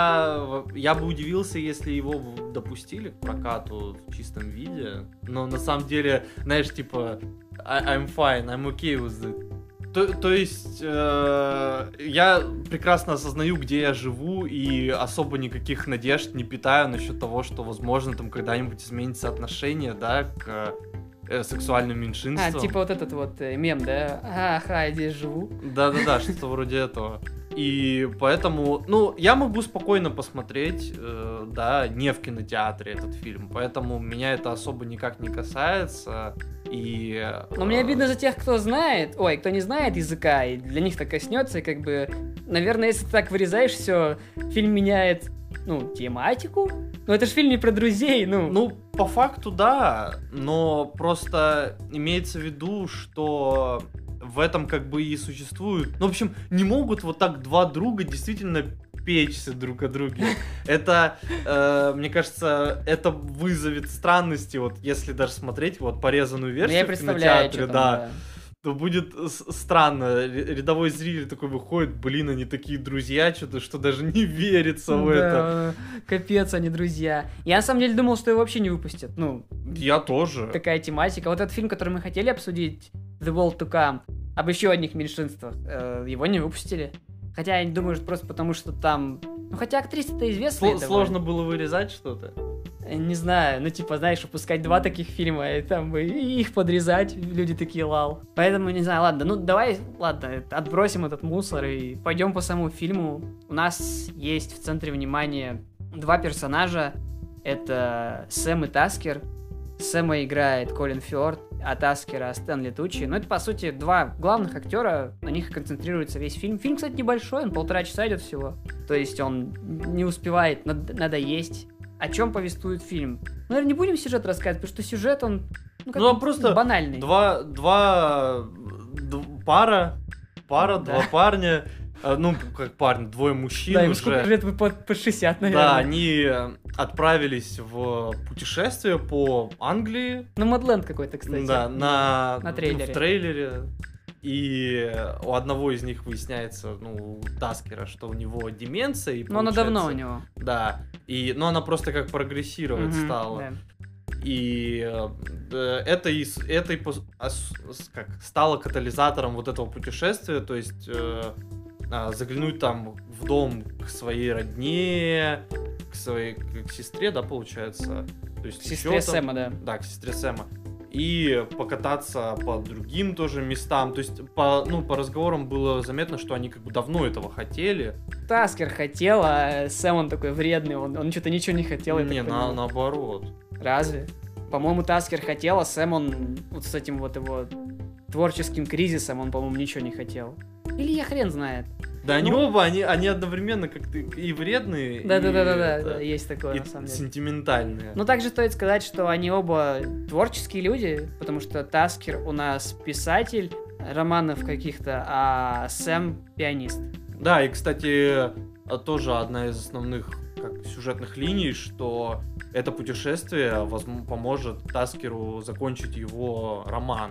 я, я бы удивился, если его допустили к прокату в чистом виде. Но на самом деле, знаешь, типа, I'm fine, I'm okay with it. То, то есть э, я прекрасно осознаю, где я живу, и особо никаких надежд не питаю насчет того, что, возможно, там когда-нибудь изменится отношение, да, к э, сексуальным меньшинствам. А, типа вот этот вот э, мем, да? Ага, я здесь живу. Да-да-да, что-то вроде этого. И поэтому, ну, я могу спокойно посмотреть, э, да, не в кинотеатре этот фильм, поэтому меня это особо никак не касается. И... Но мне обидно за тех, кто знает, ой, кто не знает языка, и для них так коснется, и как бы, наверное, если ты так вырезаешь все, фильм меняет, ну, тематику. Но это же фильм не про друзей, ну. Ну, по факту, да, но просто имеется в виду, что в этом как бы и существует. Ну, в общем, не могут вот так два друга действительно печься друг о друге. Это, э, мне кажется, это вызовет странности, вот если даже смотреть вот порезанную версию в кинотеатре, да, да, то будет странно. Рядовой зритель такой выходит, блин, они такие друзья, что-то, что даже не верится в да, это. Капец, они друзья. Я на самом деле думал, что его вообще не выпустят. Ну, я тоже. Такая тематика. Вот этот фильм, который мы хотели обсудить, The World to Come, об еще одних меньшинствах, э, его не выпустили. Хотя я не думаю, что просто потому, что там... Ну, хотя актриса-то известная. Сло- сложно было вырезать что-то? Не знаю, ну, типа, знаешь, выпускать два таких фильма, и там бы их подрезать, люди такие, лал. Поэтому, не знаю, ладно, ну, давай, ладно, отбросим этот мусор и пойдем по самому фильму. У нас есть в центре внимания два персонажа. Это Сэм и Таскер. Сэма играет Колин Фёрд, а Таскера Стэнли Тучи. Ну, это, по сути, два главных актера, на них концентрируется весь фильм. Фильм, кстати, небольшой, он полтора часа идет всего. То есть он не успевает над- надоесть. О чем повествует фильм? Ну, наверное, не будем сюжет рассказывать, потому что сюжет, он, ну, как ну, он просто банальный. Два, два, д- пара, пара, Да. два парня, э, ну, как парни, двое мужчин Да, им уже. сколько лет? Вы под, под шестьдесят, наверное. Да, они отправились в путешествие по Англии. Ну, Мадленд какой-то, кстати. Да, на, На трейлере. в трейлере. И у одного из них выясняется, ну, у Таскера, что у него деменция. И Но она давно у получается- него. Да. И, но она просто как прогрессировать Мгм, стала. да. И э, это, и, с- это и пос- ос- с- как, стало катализатором вот этого путешествия, то есть э, а, заглянуть там в дом к своей родне, к своей к сестре, да, получается. То есть К сестре ещё там- Сэма, да. Да, к сестре Сэма. и покататься по другим тоже местам. То есть по, ну, по разговорам было заметно, что они как бы давно этого хотели. Таскер хотел, а Сэм он такой вредный, он, он что-то ничего не хотел. Не, на, наоборот. Разве? По-моему, Таскер хотел, а Сэм он вот с этим вот его творческим кризисом, он, по-моему, ничего не хотел. Или я хрен знает. Да, они Ну, оба, они, они одновременно как-то и вредные, и, Да-да-да-да, это, есть такое, и на самом деле. сентиментальные. Но также стоит сказать, что они оба творческие люди, потому что Таскер у нас писатель романов каких-то, а Сэм пианист. Да, и, кстати, тоже одна из основных как сюжетных линий, что это путешествие возможно, поможет Таскеру закончить его роман.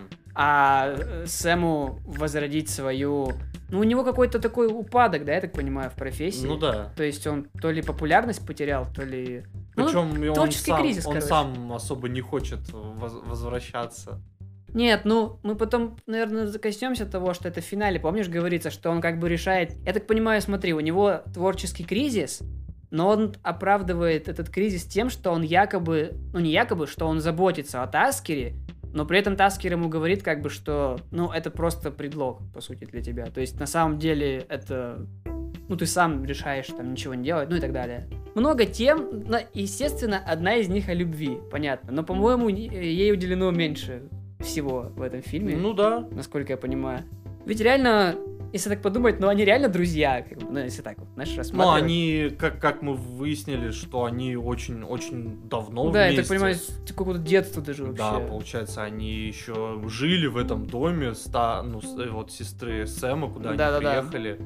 А э, Сэму возродить свою... Ну, у него какой-то такой упадок, да, я так понимаю, в профессии. Ну да. То есть он то ли популярность потерял, то ли... Ну, Причем он, творческий сам, кризис, он короче. сам особо не хочет воз- возвращаться. Нет, ну, мы потом, наверное, закоснемся того, что это в финале, помнишь, говорится, что он как бы решает... Я так понимаю, смотри, у него творческий кризис, но он оправдывает этот кризис тем, что он якобы... Ну, не якобы, что он заботится о Таскере, но при этом Таскер ему говорит, как бы, что, ну, это просто предлог, по сути, для тебя. То есть, на самом деле, это... Ну, ты сам решаешь там ничего не делать, ну и так далее. Много тем, но, естественно, одна из них о любви, понятно. Но, по-моему, ей уделено меньше всего в этом фильме. Ну да. Насколько я понимаю. Ведь реально, если так подумать, ну они реально друзья, как бы, ну если так вот, знаешь, Ну, рассматривать. они, как, как мы выяснили, что они очень-очень давно Да, вместе. я так понимаю, с какого-то детства даже вообще. Да, получается, они еще жили в этом доме ста, ну, с- э, вот сестры Сэма, куда они Да-да-да. приехали.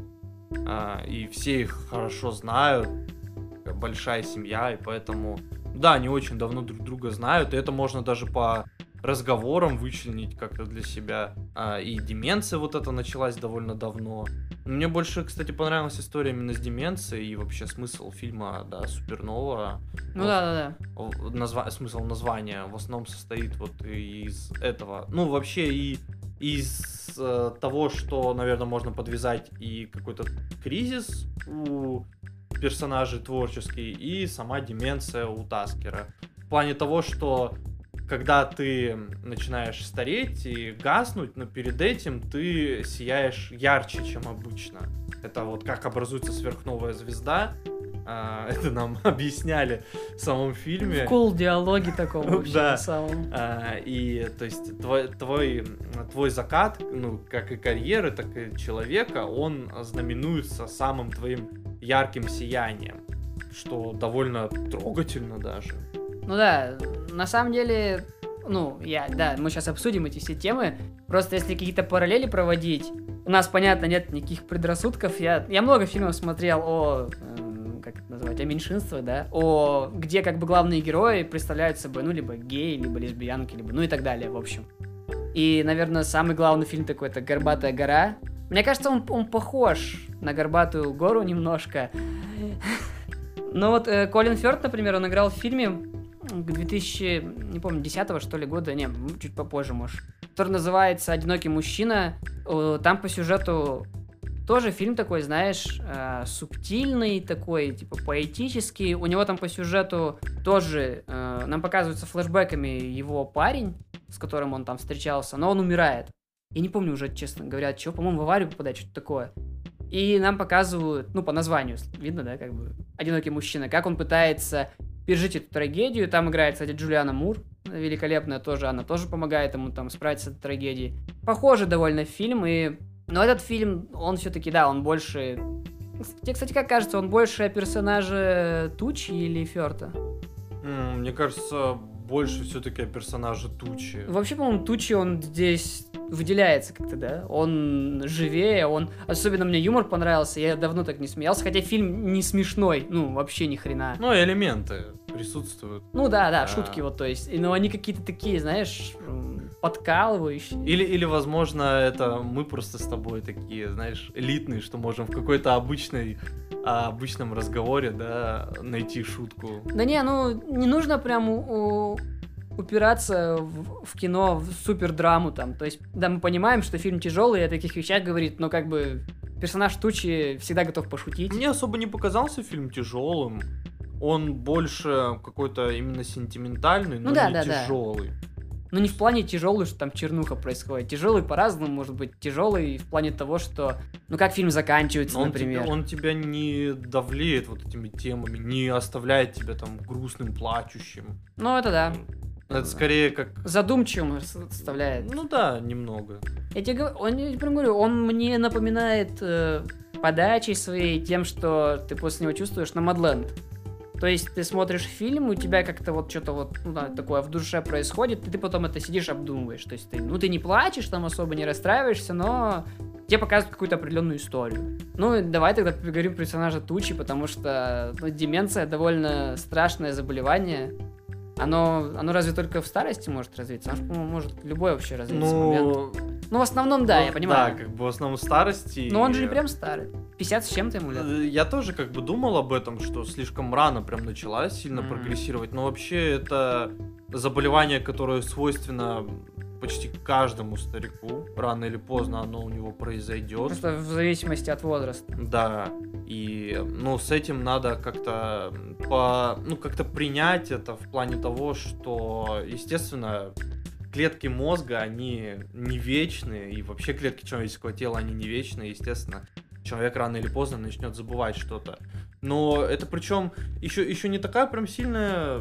А, и все их хорошо знают. Такая большая семья, и поэтому... Да, они очень давно друг друга знают, и это можно даже по разговорам вычленить как-то для себя. А, и деменция вот эта началась довольно давно. Мне больше, кстати, понравилась история именно с деменцией и вообще смысл фильма, да, Супернова. Ну да, да, да. В- назва- смысл названия в основном состоит вот из этого. Ну, вообще и из э, того, что, наверное, можно подвязать и какой-то кризис у персонажей творческий, и сама деменция у Таскера. В плане того, что когда ты начинаешь стареть и гаснуть, но перед этим ты сияешь ярче, чем обычно. Это вот как образуется сверхновая звезда. А, это нам объясняли в самом фильме. Кул диалоги такого вообще Да. на самом. А, и то есть твой, твой, твой закат, ну, как и карьеры, так и человека, он знаменуется самым твоим ярким сиянием, что довольно трогательно даже. Ну да, на самом деле, ну, я, да, мы сейчас обсудим эти все темы. Просто если какие-то параллели проводить, у нас, понятно, нет никаких предрассудков. Я, я много фильмов смотрел о, эм, как это назвать, о меньшинствах, да, о, где как бы главные герои представляют собой, ну, либо геи, либо лесбиянки, либо, ну и так далее, в общем. И, наверное, самый главный фильм такой, это «Горбатая гора». Мне кажется, он, он похож на «Горбатую гору» немножко. Но вот э, Колин Фёрд, например, он играл в фильме к две тысячи, не помню, десятого что ли года, не, чуть попозже, может, который называется «Одинокий мужчина». Э, Там по сюжету тоже фильм такой, знаешь, э, субтильный такой, типа поэтический. У него там по сюжету тоже э, нам показываются флешбэками его парень, с которым он там встречался, но он умирает. Я не помню уже, честно говоря, от чего, по-моему, в аварию попадает, что-то такое. И нам показывают, ну, по названию, видно, да, как бы, «Одинокий мужчина», как он пытается пережить эту трагедию. Там играет, кстати, Джулиана Мур, великолепная тоже, она тоже помогает ему там справиться с этой трагедией. Похожий довольно фильм, и... Но этот фильм, он все-таки, да, он больше... Тебе, кстати, как кажется, он больше о персонаже Тучи или Фёрта? М, Мне кажется, больше все-таки о персонаже Тучи. Вообще, по-моему, Тучи, он здесь выделяется как-то, да? Он живее, он... Особенно мне юмор понравился, я давно так не смеялся, хотя фильм не смешной, ну, вообще ни хрена. Ну, элементы присутствуют. Ну да, да, А. шутки вот, то есть, и- но они какие-то такие, знаешь, м, подкалывающие. Или, или, возможно, это мы просто с тобой такие, знаешь, элитные, что можем в какой-то обычной, а, обычном разговоре, да, найти шутку. Да не, ну, не нужно прям у- у- упираться в, в кино, в супер драму там, то есть, да, мы понимаем, что фильм тяжелый и о таких вещах говорит, но как бы персонаж Тучи всегда готов пошутить. Мне особо не показался фильм тяжелым. Он больше какой-то именно сентиментальный, но Ну да, не да, да. тяжелый. Ну, не в плане тяжелый, что там чернуха происходит. Тяжелый по-разному может быть. Тяжелый в плане того, что... Ну, как фильм заканчивается, Но он например. Тебя, он тебя не давлеет вот этими темами, не оставляет тебя там грустным, плачущим. Ну, это да. Это скорее как... Задумчивым составляет. Ну да, немного. Я тебе говорю, он, я прям говорю, он мне напоминает э, подачей своей тем, что ты после него чувствуешь Номадленд. То есть ты смотришь фильм, у тебя как-то вот что-то вот ну, да, такое в душе происходит, и ты потом это сидишь, обдумываешь. То есть ты, ну, ты не плачешь, там особо не расстраиваешься, но тебе показывают какую-то определенную историю. Ну, давай тогда поговорим про персонажа Тучи, потому что ну, деменция довольно страшное заболевание. Оно, оно разве только в старости может развиться? Оно, по-моему, может любой вообще развиться Ну, момент. Ну, в основном, да, ну, я понимаю. Да, как бы в основном старости. Но он же не прям старый. пятьдесят с чем-то ему лет. Я тоже как бы думал об этом, что слишком рано прям начала сильно Мгм. прогрессировать, но вообще это заболевание, которое свойственно почти каждому старику, рано или поздно оно у него произойдет. Просто в зависимости от возраста. Да, и, ну, с этим надо как-то по, ну, как-то принять это в плане того, что, естественно, клетки мозга, они не вечные, и вообще клетки человеческого тела, они не вечные, естественно. Человек рано или поздно начнет забывать что-то. Но это причем еще, еще не такая прям сильная...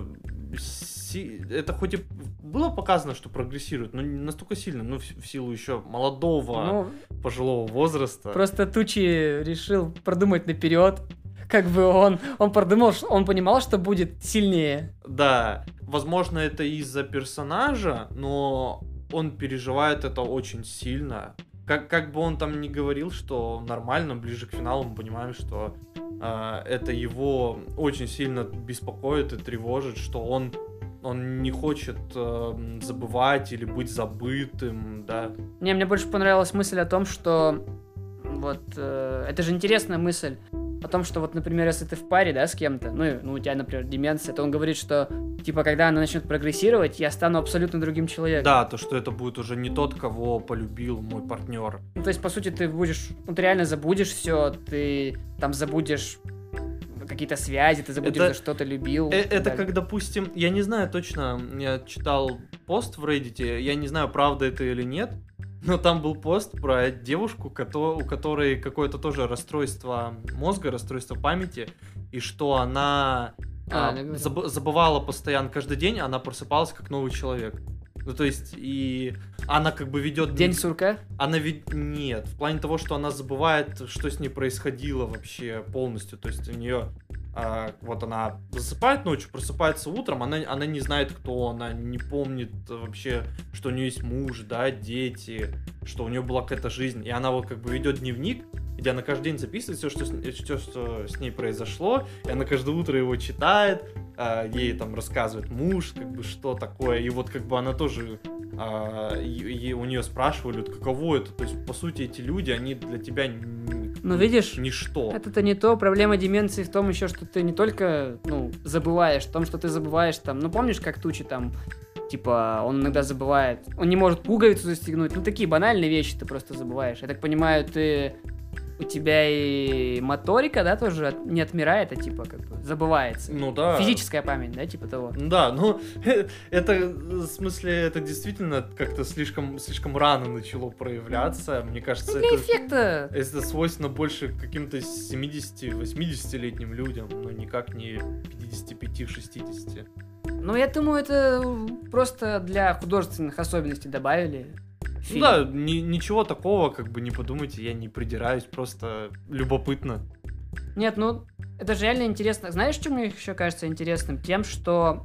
си- Это хоть и было показано, что прогрессирует, но не настолько сильно, ну, в, в силу еще молодого, Ну, пожилого возраста. просто Тучи решил продумать наперед. Как бы он, он продумал, что- он понимал, что будет сильнее. Да, возможно, это из-за персонажа, но он переживает это очень сильно. Как, как бы он там ни говорил, что нормально, ближе к финалу мы понимаем, что э, это его очень сильно беспокоит и тревожит, что он, он не хочет э, забывать или быть забытым, да. Не, мне больше понравилась мысль о том, что вот э, это же интересная мысль о том, что вот, например, если ты в паре, да, с кем-то, ну, и- ну у тебя, например, деменция, то он говорит, что типа когда она начнет прогрессировать, я стану абсолютно другим человеком. Да, то, что это будет уже не тот, кого полюбил мой партнер. Ну, то есть, по сути, ты будешь, ну, ты реально забудешь все, ты там забудешь какие-то связи, ты забудешь, Это- за что ты любил. Э, и так Это далее. как, допустим, я не знаю точно, я читал пост в Reddit, я не знаю, правда это или нет, но там был пост про девушку, кото- у которой какое-то тоже расстройство мозга, расстройство памяти, и что она А, а, я говорил. заб- забывала постоянно, каждый день она просыпалась как новый человек. Ну, то есть, и она как бы ведет... День сурка? Она ведь... Нет, в плане того, что она забывает, что с ней происходило вообще полностью. То есть у нее... а, вот она засыпает ночью, просыпается утром, она, она не знает, кто она, не помнит вообще, что у нее есть муж, да, дети, что у нее была какая-то жизнь. И она вот как бы ведет дневник, где она каждый день записывает все, что с, всё, что с ней произошло, и она каждое утро его читает, а, ей там рассказывает муж, как бы, что такое, и вот как бы она тоже, а, е- е- у нее спрашивали, вот, каково это, то есть, по сути, эти люди, они для тебя н- Ну, видишь, ничто. это-то не то. Проблема деменции в том еще, что ты не только, ну, забываешь, в том, что ты забываешь там, ну, помнишь, как Тучи там, типа, он иногда забывает, он не может пуговицу застегнуть, ну, такие банальные вещи ты просто забываешь. Я так понимаю, ты, у тебя и моторика, да, тоже от- не отмирает, а типа, как бы, забывается. Ну да. Физическая память, да, типа того. Да, ну, это, в смысле, это действительно как-то слишком, слишком рано начало проявляться. Мне кажется, Ну, для это, эффекта. это свойственно больше каким-то семидесяти-восьмидесятилетним людям, но никак не пятидесяти пяти шестидесяти. Ну, я думаю, это просто для художественных особенностей добавили. в Ну фильм. да, ни- ничего такого, как бы не подумайте, я не придираюсь, просто любопытно. Нет, ну, это же реально интересно. Знаешь, что мне еще кажется интересным? Тем, что,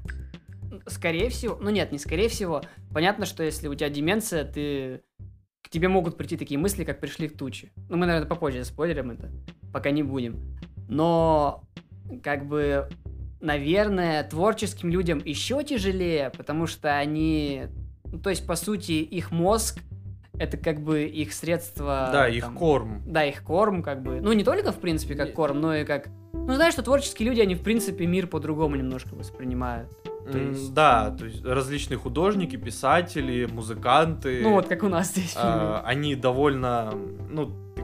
скорее всего, ну нет, не скорее всего, понятно, что если у тебя деменция, ты, к тебе могут прийти такие мысли, как пришли к Тучи. Ну, мы, наверное, попозже спойлерим это, пока не будем. Но, как бы, наверное, творческим людям еще тяжелее, потому что они, ну, то есть, по сути, их мозг, это как бы их средство... Да, их там, корм. Да, их корм, как бы. Ну, не только, в принципе, как Не- корм, но и как... Ну, знаешь, что творческие люди, они, в принципе, мир по-другому немножко воспринимают. То М, есть- Да, то есть различные художники, писатели, музыканты. Ну, вот как у нас здесь. а, они довольно, ну, такие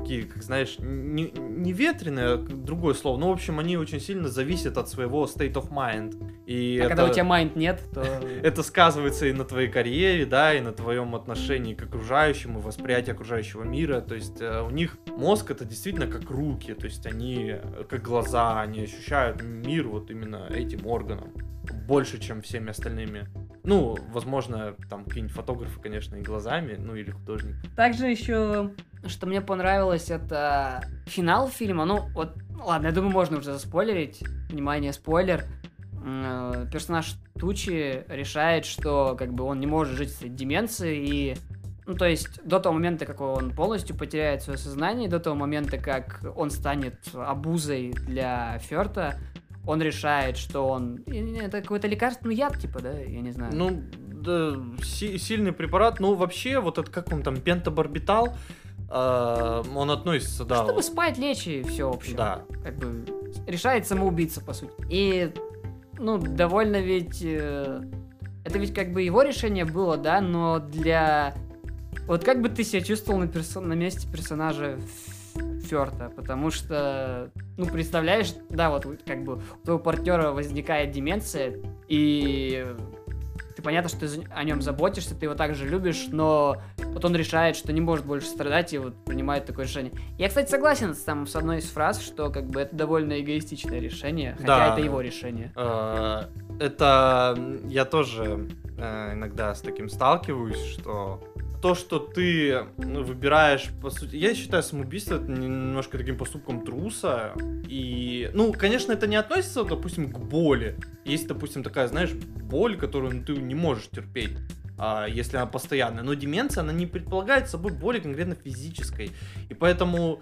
такие, как знаешь, не, не ветреные, а другое слово, но, в общем, они очень сильно зависят от своего state of mind. И а это, когда у тебя mind нет, то... это сказывается и на твоей карьере, да, и на твоем отношении к окружающему, восприятии окружающего мира. То есть э, у них мозг это действительно как руки, то есть они как глаза, они ощущают мир вот именно этим органом больше, чем всеми остальными. Ну, возможно, там какие-нибудь фотографы, конечно, и глазами, ну или художник. Также еще, что мне понравилось, это финал фильма. Ну, вот, ладно, я думаю, можно уже заспойлерить. Внимание, спойлер. Персонаж Тучи решает, что как бы он не может жить с этой деменцией, и ну, то есть, до того момента, как он полностью потеряет свое сознание, до того момента, как он станет обузой для Фёрта, он решает, что он... Это какой-то лекарственный яд, типа, да? Я не знаю. Ну, да, си- сильный препарат. Ну, вообще, вот это, как он там, пентабарбитал, э- он относится, да. Чтобы вот. спать, лечь и все, в общем. Да. Как бы решает самоубийца, по сути. И, ну, довольно ведь... Э- это ведь как бы его решение было, да, но для... Вот как бы ты себя чувствовал на, перso- на месте персонажа Фёрта, потому что, ну, представляешь, да, вот как бы у твоего партнера возникает деменция, и ты понятно, что ты о нем заботишься, ты его также любишь, но вот он решает, что не может больше страдать, и вот принимает такое решение. Я, кстати, согласен с, там, с одной из фраз, что как бы это довольно эгоистичное решение, хотя Да. это его решение. Это я тоже иногда с таким сталкиваюсь, что то, что ты выбираешь, по сути, я считаю самоубийство это немножко таким поступком труса. И, ну, конечно, это не относится, допустим, к боли. Есть, допустим, такая, знаешь, боль, которую ты не можешь терпеть, если она постоянная. Но деменция, она не предполагает собой боли конкретно физической. И поэтому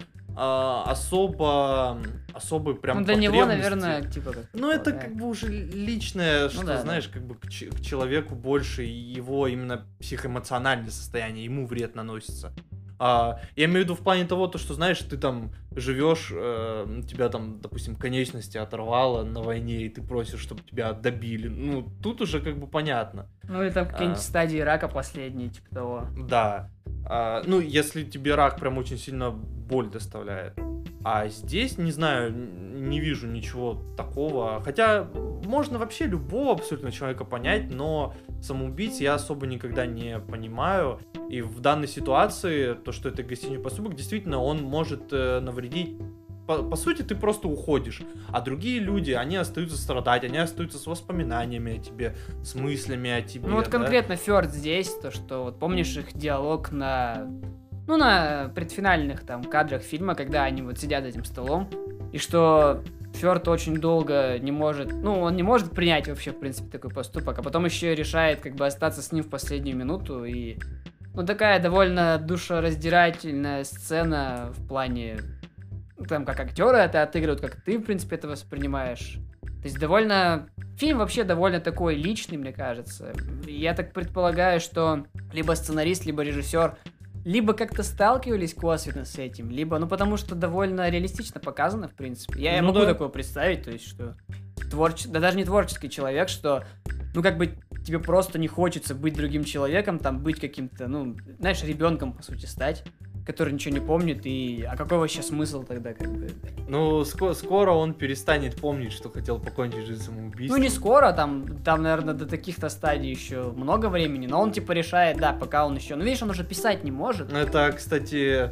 особо, особо прям ну, для потребности... него, наверное, типа как... Ну, это да. как бы уже личное, ну, что, да, знаешь, да. как бы к, ч- к человеку больше его именно психоэмоциональное состояние, ему вред наносится. А, я имею в виду в плане того, то, что, знаешь, ты там живешь, э, тебя там, допустим, конечности оторвало на войне, и ты просишь, чтобы тебя добили. Ну, тут уже как бы понятно. Ну, и там какие-нибудь А. стадии рака последние, типа того. Да. А, ну, если тебе рак прям очень сильно боль доставляет. А здесь, не знаю, не вижу ничего такого. Хотя можно вообще любого абсолютно человека понять, но самоубийц я особо никогда не понимаю. И в данной ситуации, то, что это эгоистичный поступок, действительно, он может э, навредить. По, по сути, ты просто уходишь. А другие люди, они остаются страдать, они остаются с воспоминаниями о тебе, с мыслями о тебе. Ну вот да? конкретно Фёрд здесь, то что вот помнишь их диалог на, ну на предфинальных там кадрах фильма, когда они вот сидят за этим столом, и что Фёрд очень долго не может, ну он не может принять вообще в принципе такой поступок, а потом еще решает как бы остаться с ним в последнюю минуту, и ну такая довольно душераздирательная сцена в плане там как актеры это отыгрывают, как ты в принципе это воспринимаешь. То есть довольно... Фильм вообще довольно такой личный, мне кажется. Я так предполагаю, что либо сценарист, либо режиссер либо как-то сталкивались косвенно с этим, либо... Ну, потому что довольно реалистично показано, в принципе. Я Ну могу да. такое представить, то есть, что... Творче... Да даже не творческий человек, что... Ну, как бы тебе просто не хочется быть другим человеком, там, быть каким-то, ну, знаешь, ребенком, по сути, стать, который ничего не помнит, и... А какой вообще смысл тогда, как бы... Ну, ско- скоро он перестанет помнить, что хотел покончить жизнь самоубийством. Ну, не скоро, там, там, наверное, до таких-то стадий еще много времени, но он, типа, решает, да, пока он еще... Ну, видишь, он уже писать не может. Это, кстати,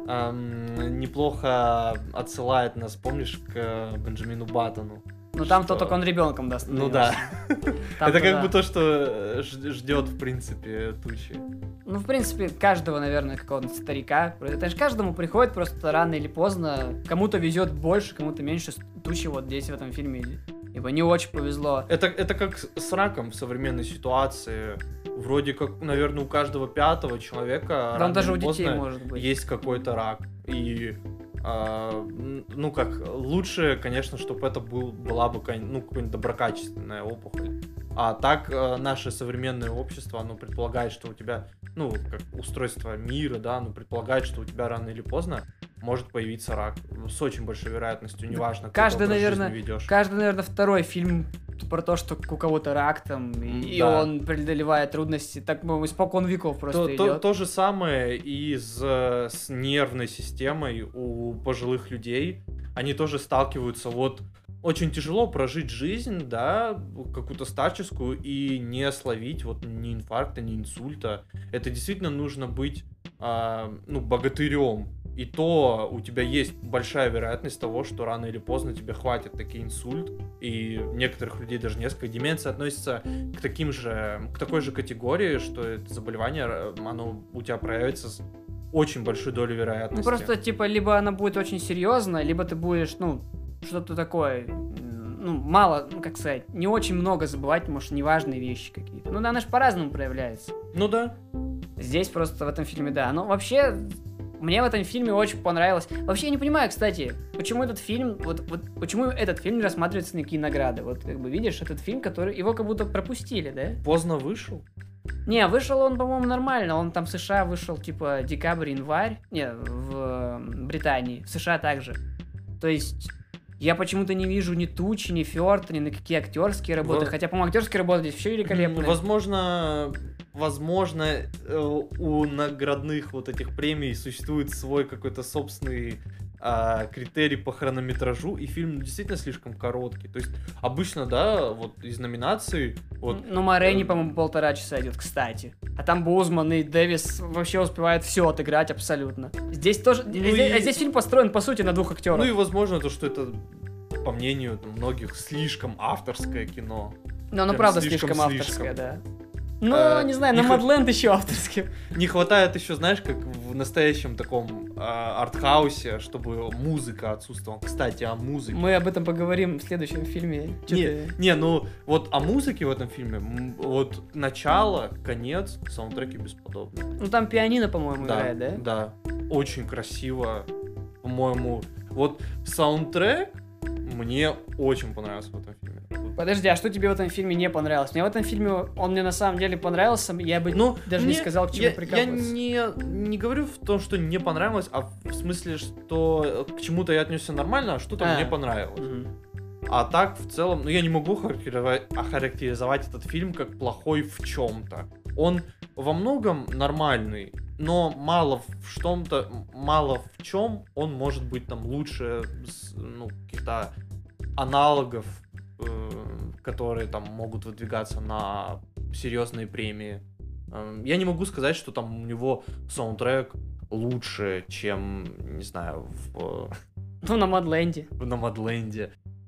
эм, неплохо отсылает нас, помнишь, к Бенджамину Баттону. Ну, там что- то только он ребенком даст. Ну да. Там Это то как да. бы то, что ждет, в принципе, Тучи. Ну, в принципе, каждого, наверное, какого-то старика. Это же каждому приходит просто рано или поздно. Кому-то везет больше, кому-то меньше. Тучи вот здесь, в этом фильме, ибо не очень повезло. Это, это как с с раком в современной ситуации. Вроде как, наверное, у каждого пятого человека Да он рано даже у или детей поздно может быть. есть какой-то рак. И а, м, ну как, лучше, конечно, чтобы это был, была бы какая- ну, какая-нибудь доброкачественная опухоль. А так э, наше современное общество, оно предполагает, что у тебя, ну, как устройство мира, да, оно предполагает, что у тебя рано или поздно может появиться рак. С очень большой вероятностью, неважно, какой Каждый, ты образ жизни наверное, ведешь. Каждый, наверное, второй фильм про то, что у кого-то рак там, и, и Да. он преодолевает трудности, так, по-моему, испокон веков просто То, идет. то, то же самое и с, э, с нервной системой у пожилых людей. Они тоже сталкиваются. Вот очень тяжело прожить жизнь, да, какую-то старческую, и не словить вот ни инфаркта, ни инсульта. Это действительно нужно быть, а, ну, богатырем. И то у тебя есть большая вероятность того, что рано или поздно тебе хватит таки инсульт, и у некоторых людей даже несколько. Деменция относится к таким же, к такой же категории, что это заболевание, оно у тебя проявится с очень большой долей вероятности. Ну, просто, типа, либо она будет очень серьезная, либо ты будешь, ну, что-то такое, ну, мало, ну, как сказать, не очень много забывать, может, неважные вещи какие-то. Ну, да, она же по-разному проявляется. Ну да. Здесь просто в этом фильме, да. Но вообще, мне в этом фильме очень понравилось. Вообще, я не понимаю, кстати, почему этот фильм, вот, вот почему этот фильм не рассматривается на какие награды. Вот, как бы, видишь, этот фильм, который, его как будто пропустили, да? Поздно вышел. Не, вышел он, по-моему, нормально. Он там в США вышел, типа, декабрь-январь. Не, в Британии. В США также. То есть, я почему-то не вижу ни Тучи, ни Фёрта, ни на какие актерские работы. Во- Хотя, по-моему, актерские работы здесь все великолепные. Возможно, возможно, э, у наградных вот этих премий существует свой какой-то собственный а, критерий по хронометражу, и фильм действительно слишком короткий. То есть обычно, да, вот из номинаций, вот, Ну, Морейни, э, по-моему, полтора часа идет, кстати. А там Боузман и Дэвис вообще успевают все отыграть абсолютно. Здесь тоже... Ну здесь, и- а здесь фильм построен, по сути, на двух актерах. ну и возможно то, что это, по мнению там, многих, слишком авторское кино. Но оно прям правда слишком- слишком, слишком. авторское, да. Ну, А, не знаю, не на хо- Мадленд еще авторским. Не хватает еще, знаешь, как в настоящем таком а, артхаусе, чтобы музыка отсутствовала. Кстати, о музыке. Мы об этом поговорим в следующем фильме. Чё Не, ты- не, ну вот о музыке в этом фильме, м, вот начало, конец, саундтреки бесподобные. Ну, там пианино, по-моему, играет, да? Да, очень красиво, по-моему. Вот саундтрек мне очень понравился в этом фильме. Подожди, а что тебе в этом фильме не понравилось? Мне в этом фильме он мне на самом деле понравился, я бы Ну, даже не мне- сказал, к чему я, прикапываться. я не, не говорю в том, что не понравилось, а в смысле, что к чему-то я отнесся нормально, а что-то А. мне понравилось. Мгм. А так, в целом, ну я не могу характеризовать, охарактеризовать этот фильм как плохой в чем-то. Он во многом нормальный, но мало в чем-то, мало в чем он может быть там лучше с, ну, каких-то аналогов, э, которые там могут выдвигаться на серьезные премии. Эм, Я не могу сказать, что там у него саундтрек лучше, чем, не знаю, в, Ну, на Мадленде. в Номадленде.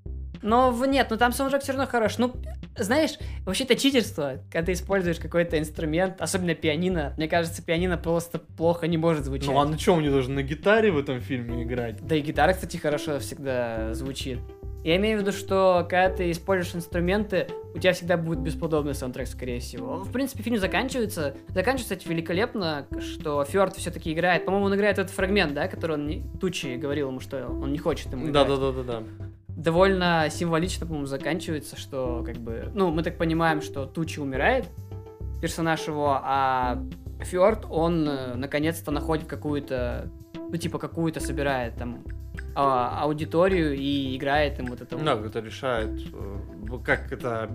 Но в- нет, ну там саундтрек все равно хорош. Ну, знаешь, вообще это читерство, когда ты используешь какой-то инструмент, особенно пианино. Мне кажется, пианино просто плохо не может звучать. Ну а на чем они должны на гитаре в этом фильме играть? Да и гитара, кстати, хорошо всегда звучит. Я имею в виду, что когда ты используешь инструменты, у тебя всегда будет бесподобный саундтрек, скорее всего. В принципе, фильм заканчивается. Заканчивается, кстати, великолепно, что Фёрд все-таки играет. По-моему, он играет этот фрагмент, да, который он не... Тучи говорил ему, что он не хочет ему играть. Да-да-да-да-да. Довольно символично, по-моему, заканчивается, что как бы... Ну, мы так понимаем, что Тучи умирает, персонаж его, а Фёрд, он э, наконец-то находит какую-то... Ну, типа, какую-то собирает там а, аудиторию и играет им вот это вот. Да, это решает, э, как это,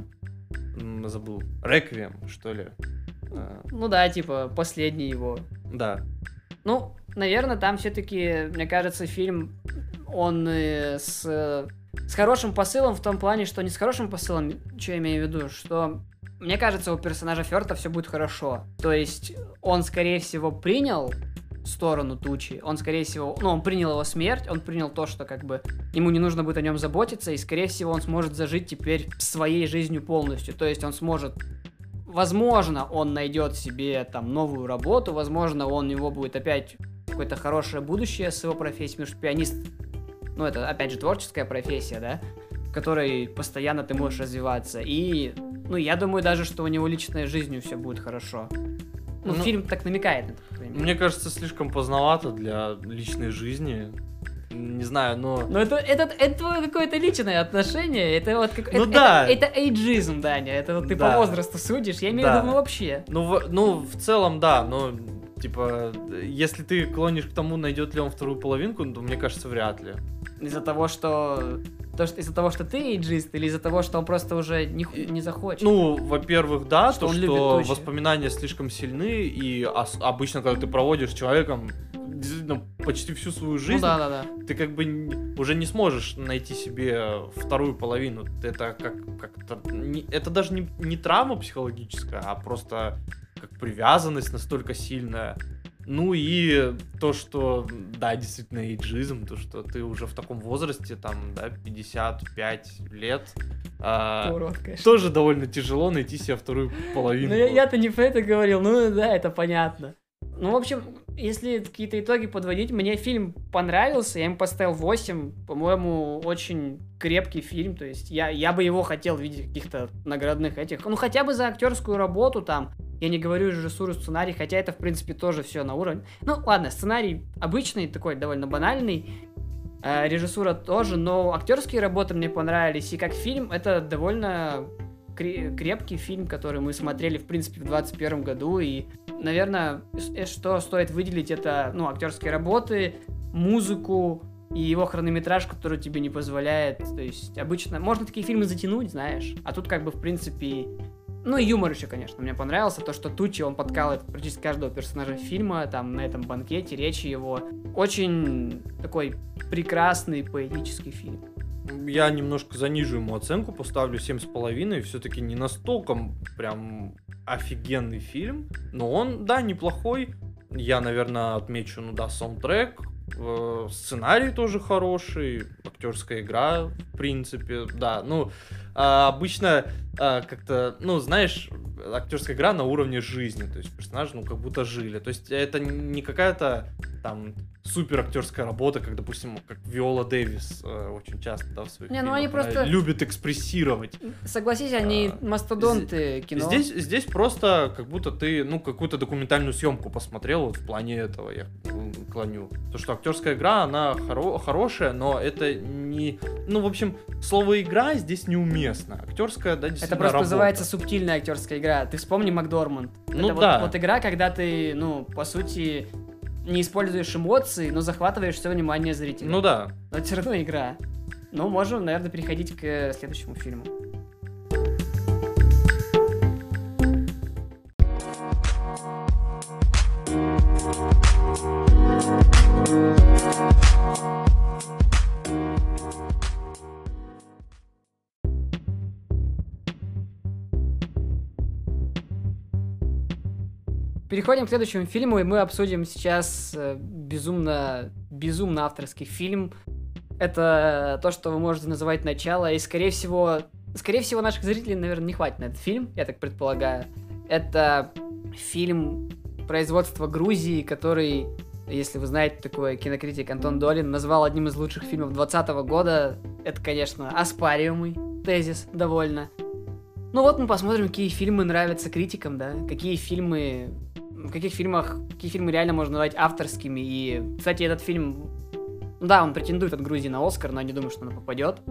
м, забыл, Реквием, что ли? Э, Ну да, типа, последний его. Да. Ну, наверное, там все-таки, мне кажется, фильм, он э, с, э, с хорошим посылом в том плане, что не с хорошим посылом, что я имею в виду, что мне кажется, у персонажа Фёрта все будет хорошо. То есть он, скорее всего, принял сторону Тучи, он, скорее всего, ну, он принял его смерть, он принял то, что, как бы, ему не нужно будет о нем заботиться, и, скорее всего, он сможет зажить теперь своей жизнью полностью. То есть он сможет... Возможно, он найдет себе там новую работу, возможно, он, у него будет опять какое-то хорошее будущее с его профессией, потому что пианист, ну, это, опять же, творческая профессия, да, в которой постоянно ты можешь развиваться. И, ну, я думаю даже, что у него личной жизнью все будет хорошо. Ну, Ну, фильм так намекает на это, по крайней мере. Мне кажется, слишком поздновато для личной жизни. Не знаю, но... Но это, это, это твое какое-то личное отношение, это вот как, Ну это, да. это, это эйджизм, Даня, это вот ты Да. по возрасту судишь, я имею в Да. виду вообще. Ну, в, ну, в целом, да, но, типа, если ты клонишь к тому, найдет ли он вторую половинку, то, мне кажется, вряд ли. Из-за того, что То, что из-за того, что ты эйджист, или из-за того, что он просто уже не, не захочет? Ну, во-первых, да, Что то, он любит что тучи. воспоминания слишком сильны, и ос- обычно, когда ты проводишь с человеком действительно почти всю свою жизнь, Ну да, да, да. ты как бы н- уже не сможешь найти себе вторую половину. Это как как-то не- это даже не, не травма психологическая, а просто как привязанность настолько сильная. Ну и то, что, да, действительно, эйджизм, то, что ты уже в таком возрасте, там, да, пятьдесят пять лет, а, Урод, конечно. тоже довольно тяжело найти себе вторую половину. Ну, я- я-то не про это говорил, ну да, это понятно. Ну, в общем, если какие-то итоги подводить, мне фильм понравился, я ему поставил восемь, по-моему, очень крепкий фильм, то есть я, я бы его хотел видеть в каких-то наградных этих, ну, хотя бы за актерскую работу там, я не говорю режиссуру, сценарий, хотя это, в принципе, тоже все на уровне. Ну, ладно, сценарий обычный, такой довольно банальный, э, режиссура тоже, но актерские работы мне понравились, и как фильм это довольно кре- крепкий фильм, который мы смотрели, в принципе, в двадцать первом году, и, наверное, с- что стоит выделить, это, ну, актерские работы, музыку и его хронометраж, который тебе не позволяет, то есть, обычно, можно такие фильмы затянуть, знаешь, а тут, как бы, в принципе, ну, и юмор еще, конечно, мне понравился, то, что Тучи, он подкалывает практически каждого персонажа фильма, там, на этом банкете, речи его, очень такой прекрасный поэтический фильм. Я немножко занижу ему оценку, поставлю семь с половиной. Все-таки не настолько прям офигенный фильм, но он, да, неплохой. Я, наверное, отмечу, ну да, саундтрек, э, сценарий тоже хороший, актерская игра, в принципе, да. Ну, а, обычно а, как-то, ну, знаешь, актерская игра на уровне жизни, то есть персонажи, ну, как будто жили. То есть это не какая-то там супер актерская работа, как, допустим, как Виола Дэвис э, очень часто, да, в своих Не, ну фильмах, они она просто- любит экспрессировать. Согласись, они А, мастодонты кино. Здесь, здесь просто как будто ты, ну, какую-то документальную съемку посмотрел, вот в плане этого я м, клоню. То, что актерская игра, она хоро- хорошая, но это не... Ну, в общем, слово «игра» здесь неуместно. Актерская, да, действительно Это просто работа. называется субтильная актерская игра. Ты вспомни Макдорманд. Ну это да. вот, вот игра, когда ты, ну, по сути, не используешь эмоции, но захватываешь все внимание зрителя. Ну да. Но это все равно игра. Ну, можем, наверное, переходить к э, следующему фильму. Переходим к следующему фильму, и мы обсудим сейчас э, безумно, безумно авторский фильм. Это то, что вы можете называть начало, и, скорее всего, скорее всего, наших зрителей, наверное, не хватит на этот фильм, я так предполагаю. Это фильм производства Грузии, который, если вы знаете, такой кинокритик Антон Долин назвал одним из лучших фильмов двадцатого года. Это, конечно, оспариваемый тезис довольно. Ну вот мы посмотрим, какие фильмы нравятся критикам, да, какие фильмы, в каких фильмах, какие фильмы реально можно назвать авторскими. И, кстати, этот фильм, да, он претендует от Грузии на Оскар, но я не думаю, что он попадет.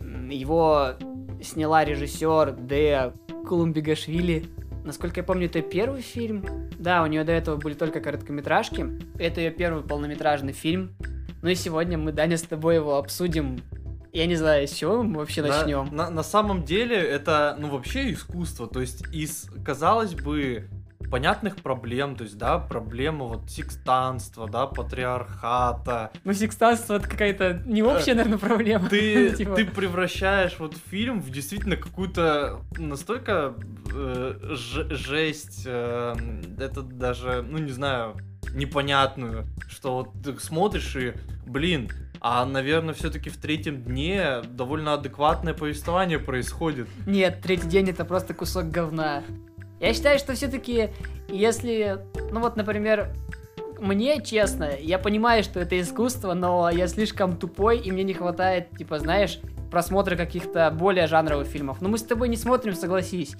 Его сняла режиссер Дея Кулумбигашвили. Насколько я помню, это первый фильм. Да, у нее до этого были только короткометражки. Это ее первый полнометражный фильм. Ну и сегодня мы, Даня, с тобой его обсудим. Я не знаю, с чего мы вообще На- начнем. На, на самом деле это, ну, вообще искусство. То есть из, казалось бы, понятных проблем, то есть, да, проблема вот секстанства, да, патриархата. Ну, секстанство это какая-то не общая, наверное, проблема. Ты, Типа, ты превращаешь вот фильм в действительно какую-то настолько э, ж- жесть, э, это даже, ну, не знаю, непонятную, что вот ты смотришь и, блин, а, наверное, все-таки в третьем дне довольно адекватное повествование происходит. Нет, третий день это просто кусок говна. Я считаю, что все-таки, если, ну вот, например, мне, честно, я понимаю, что это искусство, но я слишком тупой, и мне не хватает, типа, знаешь, просмотра каких-то более жанровых фильмов. Но мы с тобой не смотрим, согласись,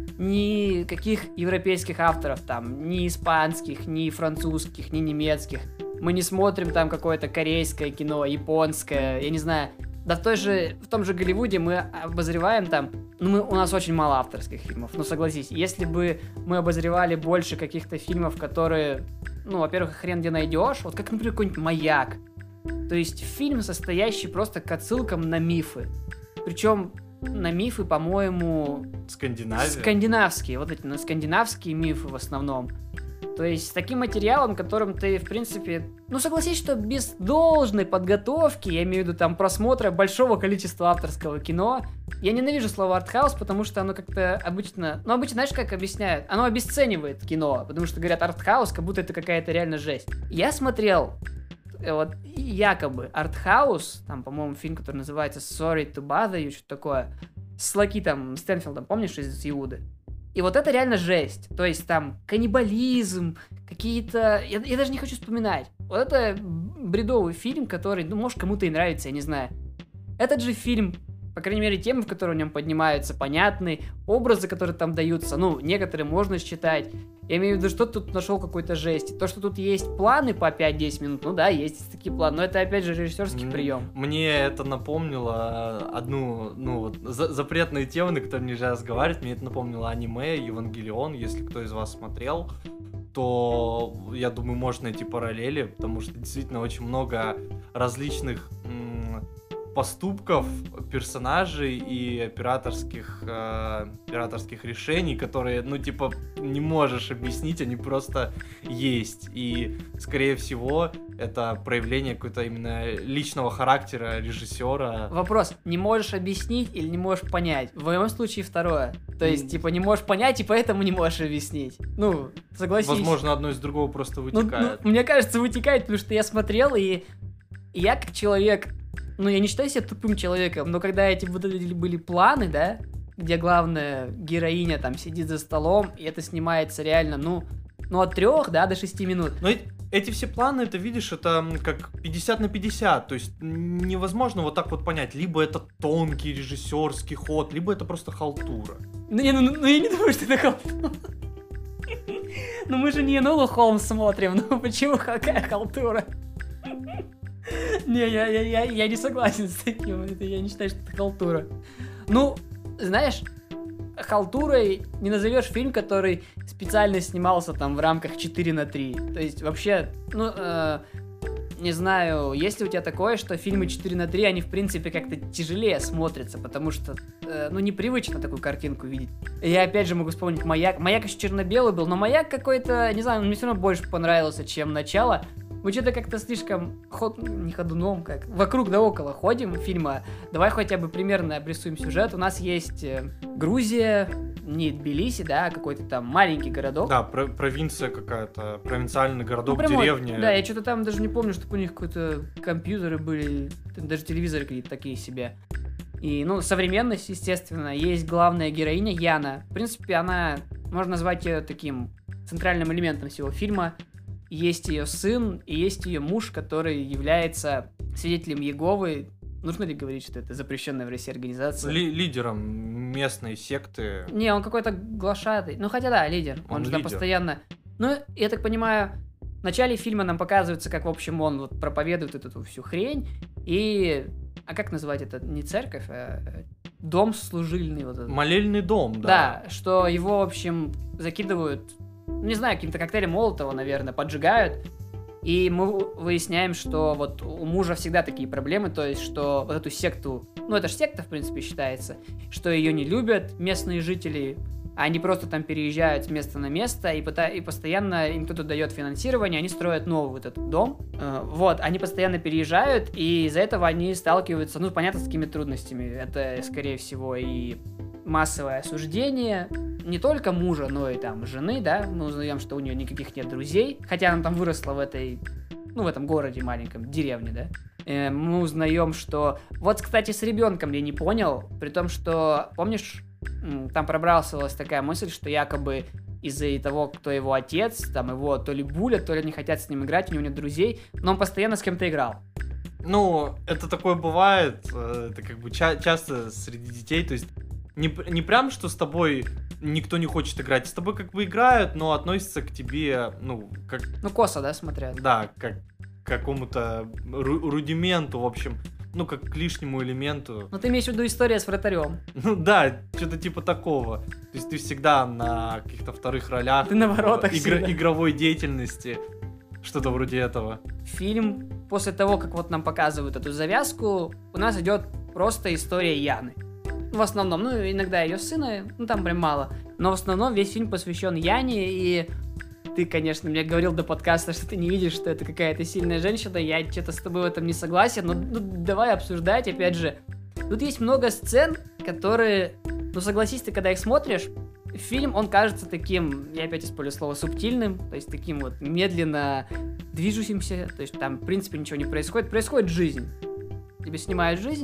ни каких европейских авторов там, ни испанских, ни французских, ни немецких. Мы не смотрим там какое-то корейское кино, японское, я не знаю. Да в той же, в том же Голливуде мы обозреваем там, ну мы, у нас очень мало авторских фильмов, ну согласись, если бы мы обозревали больше каких-то фильмов, которые, ну, во-первых, хрен где найдешь, вот как, например, какой-нибудь «Маяк», То есть фильм, состоящий просто к отсылкам на мифы. Причем на мифы, по-моему... Скандинавия? Скандинавские, вот эти, на скандинавские мифы в основном. То есть с таким материалом, которым ты, в принципе... Ну, согласись, что без должной подготовки, я имею в виду там просмотра большого количества авторского кино, я ненавижу слово артхаус, потому что оно как-то обычно... Ну, обычно, знаешь, как объясняют? Оно обесценивает кино, потому что говорят артхаус, как будто это какая-то реально жесть. Я смотрел... Вот, якобы, артхаус, там, по-моему, фильм, который называется Sorry to Bother You, что-то такое, с Лакитом Стэнфилдом, помнишь, из Иуды? И вот это реально жесть. То есть там каннибализм, какие-то... Я, я даже не хочу вспоминать. Вот это бредовый фильм, который, ну, может, кому-то и нравится, я не знаю. Этот же фильм, по крайней мере, темы, в которые в нем поднимаются, понятны, образы, которые там даются, ну, некоторые можно считать. Я имею в виду, что тут нашел какой-то жесть. То, что тут есть планы по пять-десять минут, ну да, есть такие планы, но это опять же режиссерский М- прием. Мне это напомнило одну, ну вот, за- запретную тему, на которой нельзя разговаривать. Мне это напомнило аниме Евангелион. Если кто из вас смотрел, то, я думаю, можно найти параллели, потому что действительно очень много различных м- поступков персонажей и операторских, э, операторских решений, которые, ну, типа, не можешь объяснить, они просто есть. И, скорее всего, это проявление какой-то именно личного характера режиссера. Вопрос, не можешь объяснить или не можешь понять? В моем случае второе. То есть, М. типа, не можешь понять и поэтому не можешь объяснить. Ну, согласись. Возможно, одно из другого просто Ну, вытекает. ну, мне кажется, вытекает, потому что я смотрел, и я как человек, ну, я не считаю себя тупым человеком, но когда эти вот эти были планы, да, где главная героиня там сидит за столом, и это снимается реально, ну, ну от трех, да, до шести минут. Но эти, эти все планы, ты видишь, это как пятьдесят на пятьдесят, то есть невозможно вот так вот понять, либо это тонкий режиссерский ход, либо это просто халтура. Ну, не, ну, ну, я не думаю, что это халтура. Ну, мы же не Энолу Холмс смотрим, ну, почему какая халтура? Не, я, я, я, я не согласен с таким, это, я не считаю, что это халтура. Ну, знаешь, халтурой не назовешь фильм, который специально снимался там в рамках четыре на три. То есть вообще, ну, э, не знаю, есть ли у тебя такое, что фильмы четыре на три, они в принципе как-то тяжелее смотрятся, потому что, э, ну, непривычно такую картинку видеть. Я опять же могу вспомнить «Маяк». «Маяк» еще черно-белый был, но «Маяк» какой-то, не знаю, мне все равно больше понравился, чем «Начало». Мы что-то как-то слишком ход... не ходуном, как вокруг да около ходим фильма. Давай хотя бы примерно обрисуем сюжет. У нас есть э, Грузия, не Тбилиси, да, а какой-то там маленький городок. Да, про- провинция какая-то, провинциальный городок, Ну, прямой. деревня. Да, я что-то там даже не помню, чтобы у них какие-то компьютеры были, даже телевизоры какие-то такие себе. И, ну, современность, естественно. Есть главная героиня Яна. В принципе, она, можно назвать ее таким центральным элементом всего фильма. Есть ее сын и есть ее муж, который является свидетелем Иеговы. Нужно ли говорить, что это запрещенная в России организация? Ли- лидером местной секты. Не, он какой-то глашатый. Ну, хотя да, лидер. Он, Он же там лидер. постоянно... Ну, я так понимаю, в начале фильма нам показывается, как, в общем, он вот проповедует эту всю хрень. И... А как называть это? Не церковь, а дом служильный. Вот этот. Молельный дом, да. Да, что его, в общем, закидывают... Не знаю, каким-то коктейлем Молотова, наверное, поджигают. И мы выясняем, что вот у мужа всегда такие проблемы, то есть, что вот эту секту, ну это же секта, в принципе, считается, что ее не любят местные жители, а они просто там переезжают с места на место, и, пота- и постоянно им кто-то дает финансирование, они строят новый вот этот дом. Э, Вот, они постоянно переезжают, и из-за этого они сталкиваются, ну, понятно, с какими трудностями. Это, скорее всего, и массовое осуждение не только мужа, но и там жены, да, мы узнаем, что у нее никаких нет друзей, хотя она там выросла в этой, ну, в этом городе маленьком, деревне, да. Э, мы узнаем, что... Вот, кстати, с ребенком я не понял, при том, что, помнишь, м, там пробрасывалась такая мысль, что якобы из-за того, кто его отец, там его то ли булят, то ли не хотят с ним играть, у него нет друзей, но он постоянно с кем-то играл. Ну, это такое бывает, э, это как бы ча- часто среди детей, то есть не, п- не прям, что с тобой никто не хочет играть, с тобой как бы играют, но относятся к тебе, ну, как, Ну, косо, да, смотрят. да, как к какому-то ру- рудименту, в общем, ну, как к лишнему элементу. Ну, ты имеешь в виду история с вратарем. Ну да, что-то типа такого. То есть ты всегда на каких-то вторых ролях. Ты на воротах игр- всегда. игровой деятельности. Что-то вроде этого. Фильм после того, как вот нам показывают эту завязку, у нас идет просто история Яны. В основном, ну, иногда ее сына, ну, там прям мало. Но в основном весь фильм посвящен Яне, и ты, конечно, мне говорил до подкаста, что ты не видишь, что это какая-то сильная женщина, я что-то с тобой в этом не согласен, но ну, давай обсуждать, опять же. Тут есть много сцен, которые, ну, согласись, ты когда их смотришь, фильм, он кажется таким, я опять использую слово субтильным, то есть таким вот медленно движущимся, то есть там, в принципе, ничего не происходит, происходит жизнь. Тебе снимают жизнь,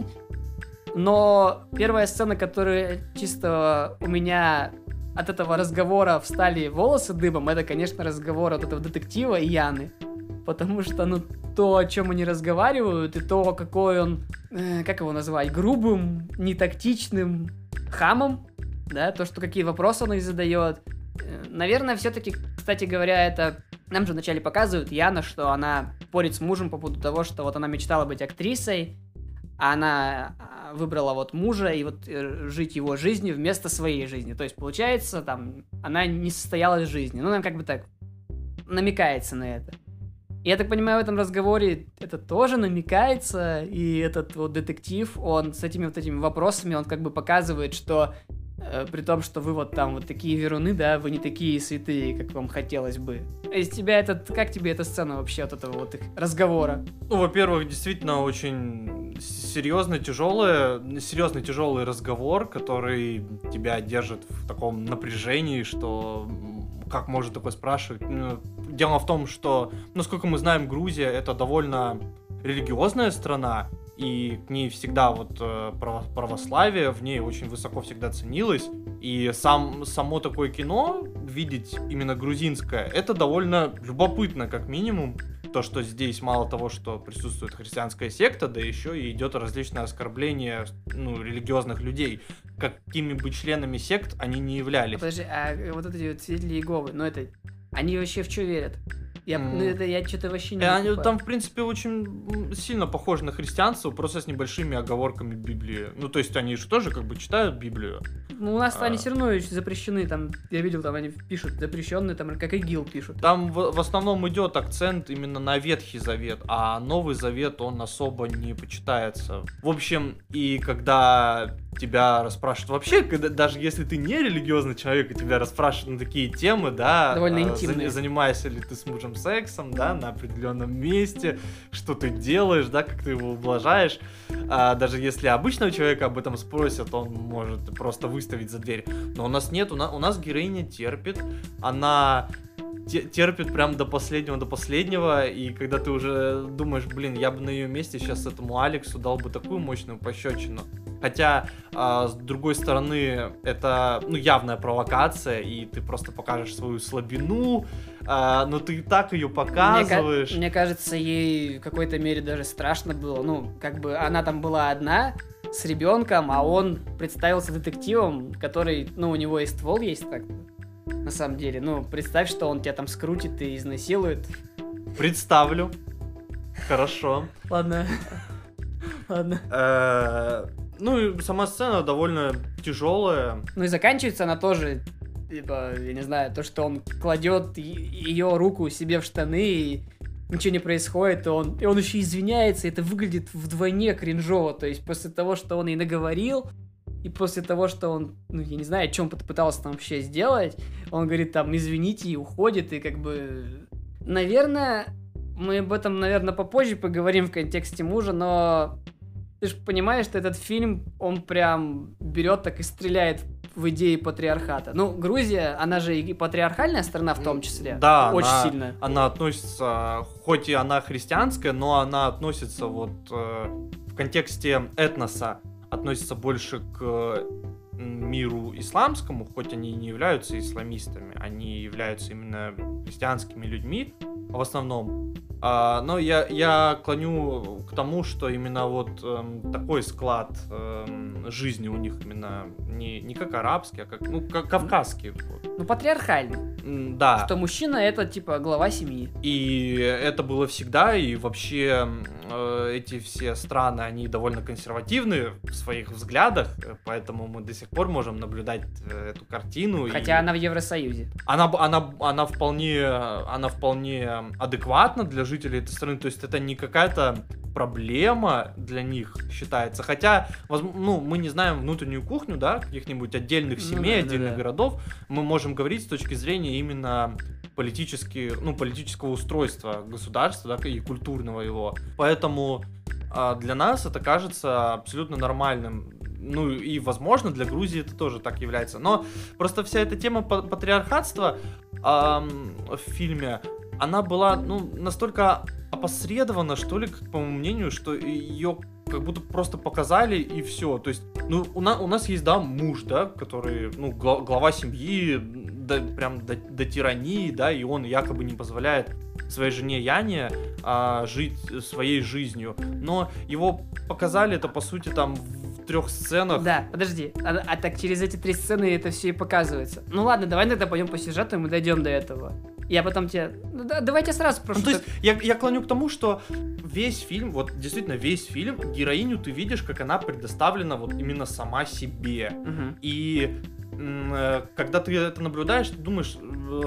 но первая сцена, которая чисто у меня от этого разговора встали волосы дыбом, это, конечно, разговор от этого детектива и Яны. Потому что, ну, то, о чем они разговаривают, и то, какой он, э, как его назвать, грубым, нетактичным хамом, да, то, что какие вопросы он их задает. Э, наверное, все-таки, кстати говоря, это нам же вначале показывают Яна, что она спорит с мужем по поводу того, что вот она мечтала быть актрисой, а она выбрала вот мужа и вот жить его жизнью вместо своей жизни. То есть, получается, там, она не состоялась в жизни. Ну, нам как бы так намекается на это. И я так понимаю, в этом разговоре это тоже намекается, и этот вот детектив, он с этими вот этими вопросами, он как бы показывает, что э, при том, что вы вот там вот такие веруны, да, вы не такие святые, как вам хотелось бы. Из тебя этот, как тебе эта сцена вообще от этого вот их разговора? Ну, во-первых, действительно очень серьезный, тяжелый, серьезный, тяжелый разговор, который тебя держит в таком напряжении, что как можно такое спрашивать? Дело в том, что, насколько мы знаем, Грузия — это довольно религиозная страна, и к ней всегда вот православие, в ней очень высоко всегда ценилось, и сам, само такое кино, видеть именно грузинское, это довольно любопытно, как минимум, то, что здесь мало того, что присутствует христианская секта, да еще и идет различное оскорбление, ну, религиозных людей. Какими бы членами сект они не являлись. А подожди, а вот эти вот свидетели Иеговы, ну это, они вообще в что верят? Я, mm. ну, это я что-то вообще не они, там, в принципе, очень сильно похожи на христианство, просто с небольшими оговорками Библии. Ну, то есть, они же тоже как бы читают Библию. Ну, у нас а... они все равно еще запрещены, там, я видел, там они пишут запрещенные, там, как ИГИЛ пишут. Там в, в основном идет акцент именно на Ветхий Завет, а Новый Завет, он особо не почитается. В общем, и когда тебя расспрашивают вообще, когда, даже если ты не религиозный человек, и тебя расспрашивают на такие темы, да, довольно интимные. Занимаешься ли ты с мужем сексом, да, на определенном месте, что ты делаешь, да, как ты его ублажаешь. А, даже если обычного человека об этом спросят, он может просто выставить за дверь. Но у нас нет, у нас, у нас героиня терпит, она терпит прям до последнего, до последнего, и когда ты уже думаешь, блин, я бы на ее месте сейчас этому Алексу дал бы такую мощную пощечину. Хотя, а, с другой стороны, это, ну, явная провокация, и ты просто покажешь свою слабину, а, но ты так ее показываешь. Мне, мне кажется, ей в какой-то мере даже страшно было. Ну, как бы она там была одна с ребенком, а он представился детективом, который, ну, у него и ствол есть так. На самом деле, ну, представь, что он тебя там скрутит и изнасилует. Представлю. Хорошо. Ладно. Ладно. Ну, и сама сцена довольно тяжелая. Ну и заканчивается она тоже, типа, я не знаю, то, что он кладет ее руку себе в штаны, и ничего не происходит, и он, и он еще извиняется, и это выглядит вдвойне кринжово. То есть после того, что он ей наговорил, и после того, что он, ну, я не знаю, о чем пытался там вообще сделать, он говорит там, извините, и уходит, и как бы... Наверное, мы об этом, наверное, попозже поговорим в контексте мужа, но ты же понимаешь, что этот фильм, он прям берет так и стреляет в идеи патриархата. Ну, Грузия, она же и патриархальная страна в том числе. Да, очень она, сильно. Она относится, хоть и она христианская, но она относится вот э, в контексте этноса, относится больше к миру исламскому, хоть они и не являются исламистами, они являются именно христианскими людьми в основном. А, но я, я клоню к тому, что именно вот эм, такой склад эм, жизни у них именно не, не как арабский, а как, ну, как кавказский. Вот. Ну, патриархальный. М, Да. Что мужчина это, типа, глава семьи. И это было всегда, и вообще э, эти все страны, они довольно консервативны в своих взглядах, э, поэтому мы до сих пор можем наблюдать э, эту картину. Хотя и она в Евросоюзе. она, б- она, она, вполне, она вполне адекватна для жителей этой страны, то есть это не какая-то проблема для них считается. Хотя, возм- ну, мы не знаем внутреннюю кухню, да, каких-нибудь отдельных Ну семей, да, да, отдельных да. городов. Мы можем говорить с точки зрения именно политически, ну, политического устройства государства, да, и культурного его. Поэтому а, для нас это кажется абсолютно нормальным. Ну и, возможно, для Грузии это тоже так является. Но просто вся эта тема па- патриархатства ам, в фильме, она была, ну, настолько опосредована, что ли, как по моему мнению, что ее как будто просто показали и все. То есть, ну, у, на- у нас есть, да, муж, да, который, ну, гла- глава семьи, да, прям до, до тирании, да, и он якобы не позволяет своей жене Яне а, жить своей жизнью. Но его показали это, по сути, там в трех сценах. Да, подожди. А, а так через эти три сцены это все и показывается. Ну ладно, давай тогда пойдем по сюжету, и мы дойдем до этого. Я потом тебе... Ну, да, давайте сразу спрошу. Ну, то есть, так- я, я клоню к тому, что весь фильм, вот действительно весь фильм, героиню ты видишь, как она предоставлена вот именно сама себе. Мгм. И м, э, когда ты это наблюдаешь, ты думаешь,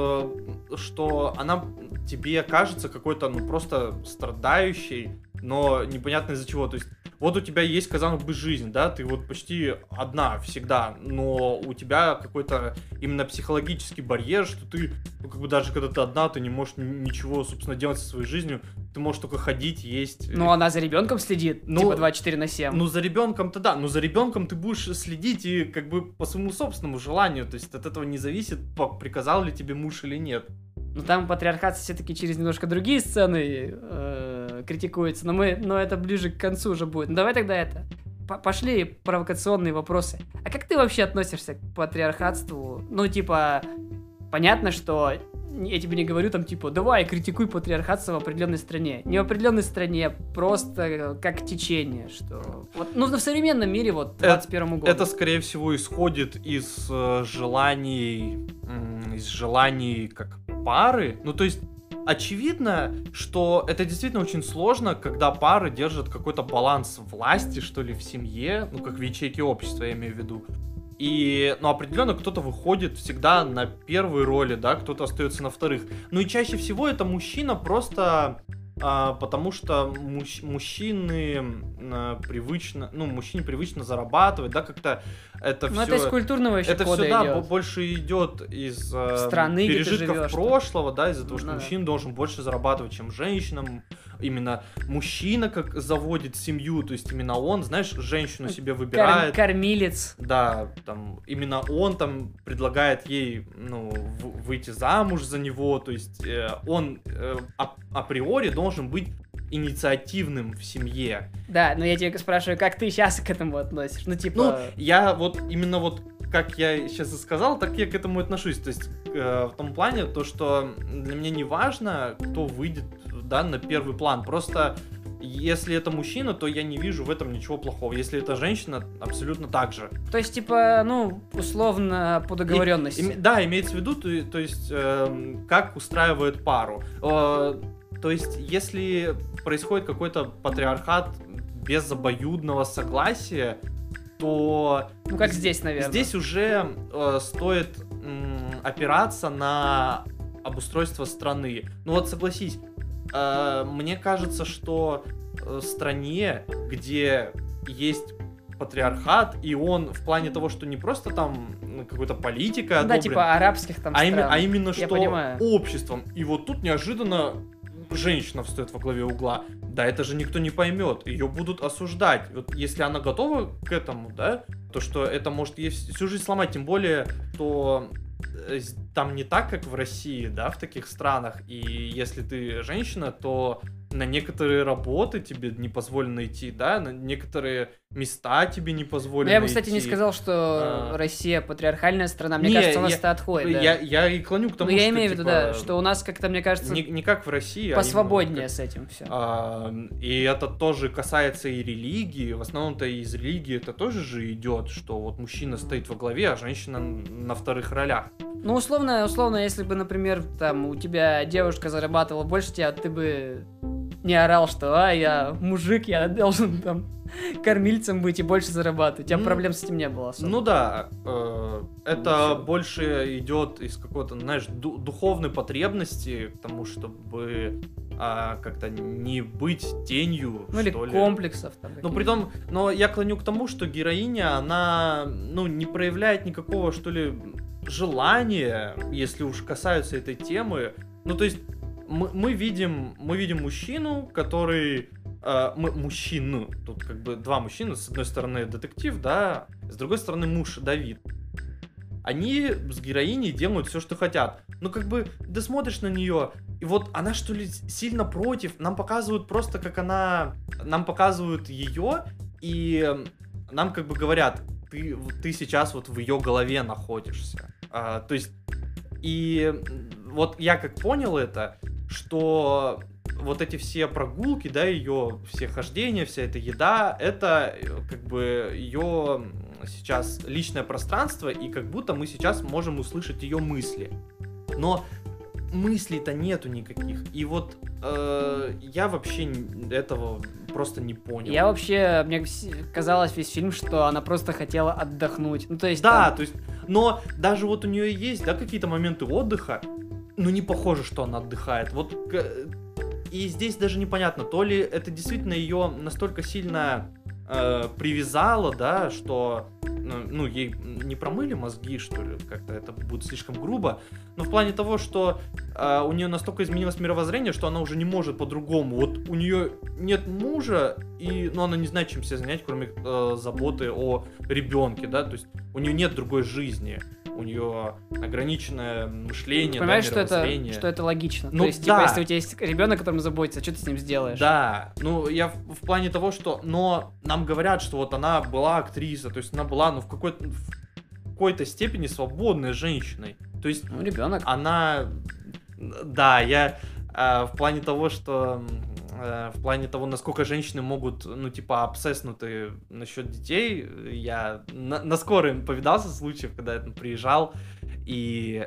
э, что она тебе кажется какой-то, ну, просто страдающей, но непонятно из-за чего. То есть, вот у тебя есть, казалось бы, жизнь, да, ты вот почти одна всегда, но у тебя какой-то именно психологический барьер, что ты, ну, как бы даже когда ты одна, ты не можешь н- ничего, собственно, делать со своей жизнью, ты можешь только ходить, есть. Ну, она за ребенком следит, Ну, типа двадцать четыре на семь. Ну, за ребенком-то да, но за ребенком ты будешь следить и как бы по своему собственному желанию, то есть от этого не зависит, по- приказал ли тебе муж или нет. Ну, там патриархат все-таки через немножко другие сцены э, критикуется, но, мы, но это ближе к концу уже будет. Ну, давай тогда это. П- Пошли провокационные вопросы. А как ты вообще относишься к патриархатству? Ну, типа, понятно, что я тебе не говорю там, типа, давай, критикуй патриархатство в определенной стране. Не в определенной стране, просто как течение, что... Вот, ну, в современном мире, вот, двадцать первому году. Это, скорее всего, исходит из э, желаний, м, из желаний как пары. Ну, то есть, очевидно, что это действительно очень сложно, когда пары держат какой-то баланс власти, что ли, в семье, ну, как в ячейке общества, я имею в виду. И, ну, определенно кто-то выходит всегда на первые роли, да, кто-то остается на вторых. Ну и чаще всего это мужчина просто а, потому что мужч- мужчины а, привычно, ну, мужчине привычно зарабатывать, да, как-то это Ну, все... это из культурного еще Это кода все, да, идет. бо- больше идет из э, Страны, где ты пережитков живешь, прошлого, да, из-за того, что Ну да. мужчина должен больше зарабатывать, чем женщина. Именно мужчина как заводит семью, то есть именно он, знаешь, женщину себе Кор- выбирает. Кормилец. Да, там именно он там предлагает ей, ну, в- выйти замуж за него, то есть э, он э, ап- априори должен быть инициативным в семье. Да, но я тебя спрашиваю, как ты сейчас к этому относишь? Ну, типа... Ну, я вот именно вот, как я сейчас и сказал, так я к этому отношусь. То есть, э, в том плане, то, что для меня не важно, кто выйдет, да, на первый план. Просто, если это мужчина, то я не вижу в этом ничего плохого. Если это женщина, абсолютно так же. То есть, типа, ну, условно, по договоренности. И- им- да, имеется в виду, то, то есть, эм, как устраивает пару. Э, то есть, если происходит какой-то патриархат без обоюдного согласия, то Ну, как здесь, наверное. здесь уже э, стоит м, опираться на обустройство страны. Ну вот согласись, э, мне кажется, что э, стране, где есть патриархат, и он в плане того, что не просто там ну, какой-то политикой Ну, да, одобрен, типа арабских там а, име- стран. а именно Я что понимаю. обществом. И вот тут неожиданно женщина встает во главе угла. Да, это же никто не поймет. Ее будут осуждать. Вот если она готова к этому, да, то что это может ей вс- всю жизнь сломать. Тем более, то э, с- там не так, как в России, да, в таких странах. И если ты женщина, то на некоторые работы тебе не позволено идти, да, на некоторые места тебе не позволено идти. Я бы, кстати, не сказал, что а... Россия патриархальная страна. Мне не, кажется, у нас я, это отходит. Я, да. я и клоню к тому, Но что, я имею в виду, типа, да, что у нас как-то, мне кажется, не, не как в России, посвободнее а с этим все. А, и это тоже касается и религии. В основном-то из религии это тоже же идет, что вот мужчина стоит во главе, а женщина на вторых ролях. Ну, условно, условно, если бы, например, там у тебя девушка зарабатывала больше тебя, ты бы не орал, что а, я мужик, я должен там кормильцем быть и больше зарабатывать. У тебя mm. проблем с этим не было особо. Ну да, э, это ну, больше идет из какой-то, знаешь, ду- духовной потребности к тому, чтобы э, как-то не быть тенью, ну, или что ли. Комплексов там. Ну, притом, но я клоню к тому, что героиня, она, ну, не проявляет никакого, что ли, желания, если уж касаются этой темы. Ну, то есть, мы, мы видим, мы видим мужчину, который... Э, мы, мужчину, тут как бы два мужчины, с одной стороны детектив, да, с другой стороны муж Давид. Они с героиней делают все, что хотят. Ну, как бы, ты смотришь на нее, и вот она, что ли, сильно против. Нам показывают просто, как она... Нам показывают ее, и нам как бы говорят, ты, ты сейчас вот в ее голове находишься. А, то есть, и вот я как понял это, что вот эти все прогулки, да, ее все хождения, вся эта еда, это как бы ее сейчас личное пространство, и как будто мы сейчас можем услышать ее мысли. Но мыслей-то нету никаких. И вот э, я вообще этого просто не понял. Я вообще, мне казалось весь фильм, что она просто хотела отдохнуть. Ну, то есть... Да, там... то есть, но даже вот у нее есть, да, какие-то моменты отдыха, но не похоже, что она отдыхает. Вот, и здесь даже непонятно, то ли это действительно ее настолько сильно э, привязало, да, что, ну, ей не промыли мозги, что ли, как-то это будет слишком грубо, но в плане того, что э, у нее настолько изменилось мировоззрение, что она уже не может по-другому. Вот у нее нет мужа, и, ну, она не знает, чем себя занять, кроме э, заботы о ребенке, да, то есть у нее нет другой жизни. У нее ограниченное мышление, ты понимаешь, да, что это, что это логично. Ну, то есть, да. типа, если у тебя есть ребенок, которым заботится, что ты с ним сделаешь? Да, ну, я в, в плане того, что... Но нам говорят, что вот она была актриса, то есть она была, ну, в какой-то, в какой-то степени свободной женщиной. То есть... Ну, ребенок. Она... Да, я э, в плане того, что... Э, в плане того, насколько женщины могут, ну, типа, обсесснуты насчет детей, я на, на скорой повидался случаев, когда я там приезжал, и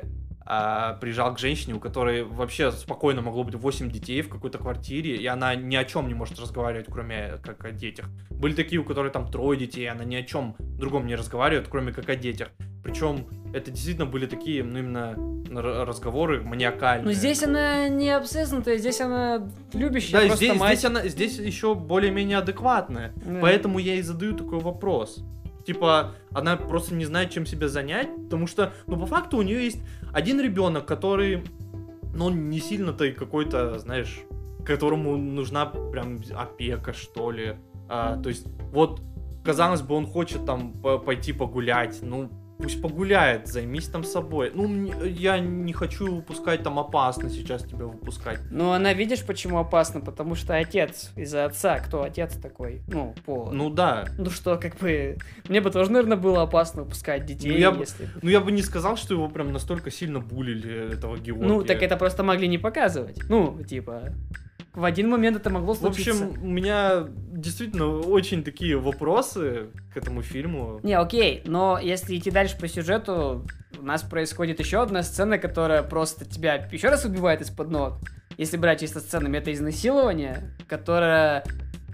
а, приезжал к женщине, у которой вообще спокойно могло быть восемь детей в какой-то квартире, и она ни о чем не может разговаривать, кроме как о детях. Были такие, у которых там трое детей, она ни о чем другом не разговаривает, кроме как о детях. Причем это действительно были такие, ну, именно разговоры маниакальные. Но здесь она не обсеснутая, здесь она любящая, да, просто здесь, мать. здесь она, здесь еще более-менее адекватная, да. Поэтому я и задаю такой вопрос. Типа, она просто не знает, чем себя занять, потому что, ну, по факту у нее есть один ребенок, который, ну, он не сильно-то какой-то, знаешь, которому нужна прям опека, что ли. А, то есть, вот, казалось бы, он хочет там пойти погулять, ну, пусть погуляет, займись там собой. Ну, я не хочу выпускать там опасно сейчас тебя выпускать. Ну, она, видишь, почему опасно? Потому что отец из-за отца. Кто отец такой? Ну, Пола. Ну, да. Ну, что, как бы... Мне бы тоже, наверное, было опасно выпускать детей, ну, я если... Бы, ну, я бы не сказал, что его прям настолько сильно булили, этого Георгия. Ну, так это просто могли не показывать. Ну, типа... В один момент это могло случиться. В общем, у меня действительно очень такие вопросы к этому фильму. Не, окей, но если идти дальше по сюжету, у нас происходит еще одна сцена, которая просто тебя еще раз убивает из-под ног. Если брать чисто сценами, это изнасилование, которое,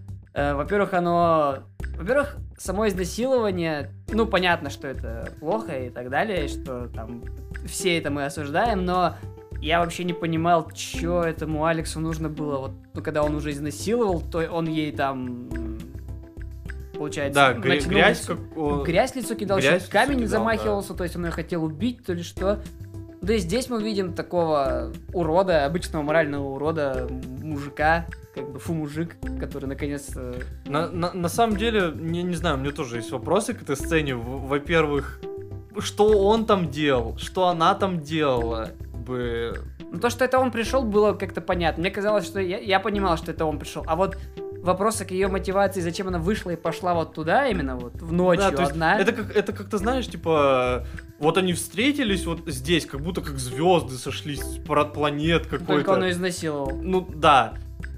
э, во-первых, оно... Во-первых, само изнасилование, ну, понятно, что это плохо и так далее, что там все это мы осуждаем, но... Я вообще не понимал, что этому Алексу нужно было. Вот, ну, когда он уже изнасиловал, то он ей там, получается, да, грязь, грязь, как... грязь лицо кидал, еще камень кидал, замахивался, да. То есть он ее хотел убить, то ли что. Да и здесь мы видим такого урода, обычного морального урода, мужика, как бы фу мужик, который наконец... На, на, на самом деле, не, не знаю, у меня тоже есть вопросы к этой сцене. Во-первых, что он там делал, что она там делала. бы... Ну, то, что это он пришел, было как-то понятно. Мне казалось, что я, я понимал, что это он пришел. А вот вопросы к ее мотивации, зачем она вышла и пошла вот туда именно, вот, в ночью Да, то есть одна. Это как, это как-то, знаешь, типа, вот они встретились вот здесь, как будто как звезды сошлись, парад планет какой-то. Только он ее изнасиловал. Ну, да.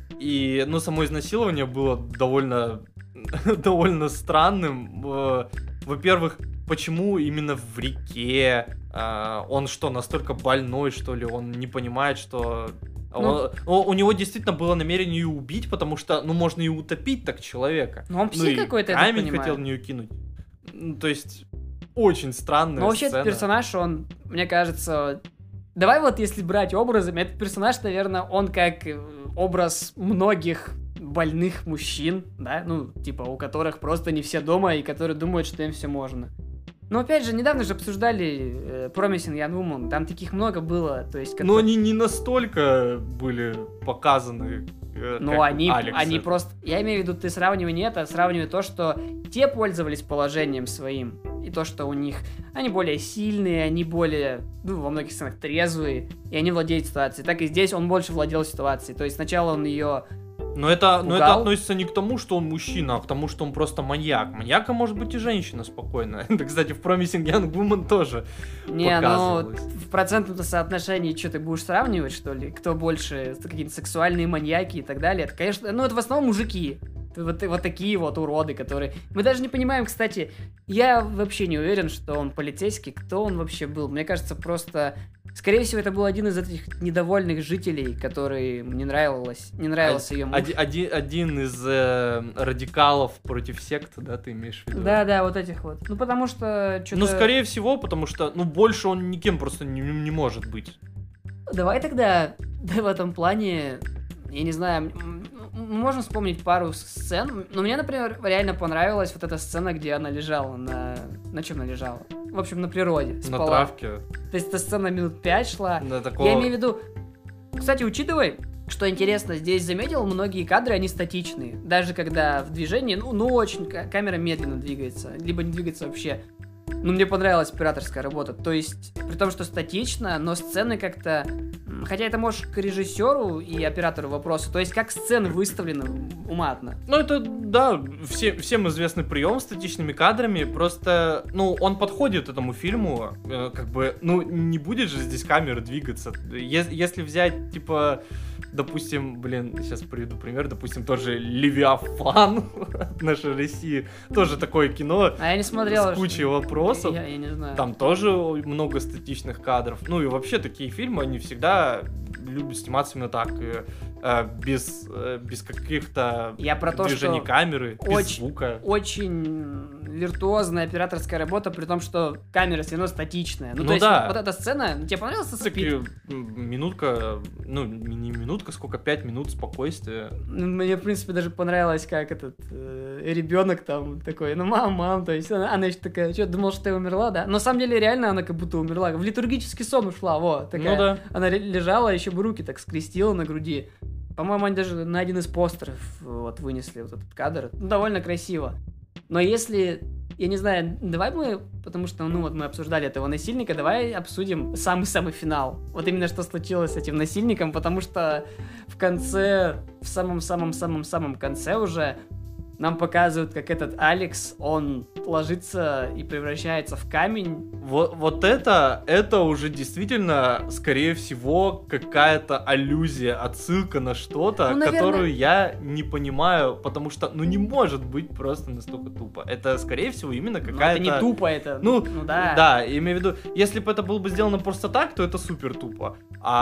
И, ну, само изнасилование было довольно, довольно странным. Э, Во-первых, почему именно в реке? Э, Он что, настолько больной, что ли? Он не понимает, что... Ну, Он- о- у него действительно было намерение ее убить, потому что, ну, можно и утопить так человека. Ну, он Ну, псих и какой-то, я так камень понимаю. хотел в нее кинуть. Ну, то есть, очень странная Но вообще сцена. этот персонаж, он, мне кажется... Давай вот если брать образами, этот персонаж, наверное, он как э, образ многих больных мужчин, да, ну, типа, у которых просто не все дома и которые думают, что им все можно. Но опять же, недавно же обсуждали э, Promising Young Woman, там таких много было, то есть... Но как-то- они не настолько были показаны, э, Ну, как они, Алекс они это. просто... Я имею в виду, ты сравнивай не это, а сравнивай то, что те пользовались положением своим. И то, что у них... Они более сильные, они более, ну, во многих сценах трезвые, и они владеют ситуацией. Так и здесь он больше владел ситуацией. То есть сначала он ее... Но это, но это Пугал? относится не к тому, что он мужчина, а к тому, что он просто маньяк. Маньяка может быть и женщина спокойно. Это, кстати, в Promising Young Woman тоже Не, ну, показывалось. в процентном соотношении что ты будешь сравнивать, что ли? Кто больше, какие-то сексуальные маньяки и так далее? Это, конечно, ну, это в основном мужики. Вот, вот такие вот уроды, которые... Мы даже не понимаем, кстати, я вообще не уверен, что он полицейский, кто он вообще был. Мне кажется, просто... Скорее всего, это был один из этих недовольных жителей, который не нравилось, не нравился ее муж. Один, один, один из э, радикалов против секты, да, ты имеешь в виду? Да-да, вот этих вот. Ну, потому что... что-то... Ну, скорее всего, потому что, ну, больше он никем просто не, не может быть. Давай тогда в этом плане, я не знаю, м- мы можем вспомнить пару сцен. Но мне, например, реально понравилась вот эта сцена, где она лежала на... На чем она лежала? В общем, на природе. На спала. травке. То есть эта сцена минут пять шла. На такого... Я имею в виду... Кстати, учитывай, что интересно, здесь заметил, многие кадры, они статичные. Даже когда в движении, ну, ну очень ка- камера медленно двигается, либо не двигается вообще. Ну, мне понравилась операторская работа. То есть, при том, что статично, но сцены как-то... м, Хотя это, может, к режиссеру и оператору вопросы. То есть, как сцены выставлены уматно. Ну, это, да, все, всем известный прием с статичными кадрами, просто, ну, он подходит этому фильму, э, как бы, ну, не будет же здесь камера двигаться. Е- если взять, типа, допустим, блин, сейчас приведу пример, допустим, тоже Левиафан от нашей России, тоже такое кино А я не смотрел. с кучей вопросов. Я, я не знаю. Там тоже много статичных кадров. Ну и вообще такие фильмы, они всегда любят сниматься именно так, э, э, без, э, без каких-то Я про то, движений что камеры, без очень- звука. очень виртуозная операторская работа, при том, что камера все равно статичная. Ну, Ну то есть, да. вот, вот эта сцена, тебе понравился Таки, спид? м, минутка, ну не минутка, сколько, пять минут спокойствия. Мне, в принципе, даже понравилось, как этот э, ребенок там такой, ну, мам, мам, то есть она, она еще такая, что, думал, что ты умерла, да? Но на самом деле, реально, она как будто умерла. В литургический сон ушла, вот, такая. Ну да. Она ре- лежала, еще бы руки так скрестила на груди. По-моему, они даже на один из постеров вот вынесли вот этот кадр. Ну, довольно красиво. Но если, я не знаю, давай мы, потому что, ну, вот мы обсуждали этого насильника, давай обсудим самый-самый финал. Вот именно что случилось с этим насильником, потому что в конце, в самом-самом-самом-самом конце уже нам показывают, как этот Алекс, он ложится и превращается в камень. Вот, вот это, это уже действительно, скорее всего, какая-то аллюзия, отсылка на что-то, Ну, наверное- которую я не понимаю, потому что, ну, не может быть просто настолько тупо. Это, скорее всего, именно Но какая-то... это не тупо, это, Ну, ну да. да, имею в виду, если бы это было бы сделано просто так, то это супер тупо.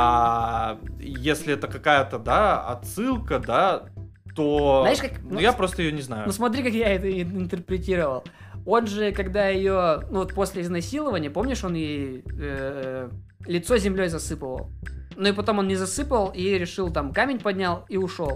А если это какая-то, да, отсылка, да, то... Знаешь, как- Ну, ну, я просто ее не знаю. Ну смотри, как я это и- интерпретировал. Он же, когда ее, ну вот после изнасилования, помнишь, он ей э, лицо землей засыпал. Ну и потом он не засыпал и решил там камень поднял и ушел.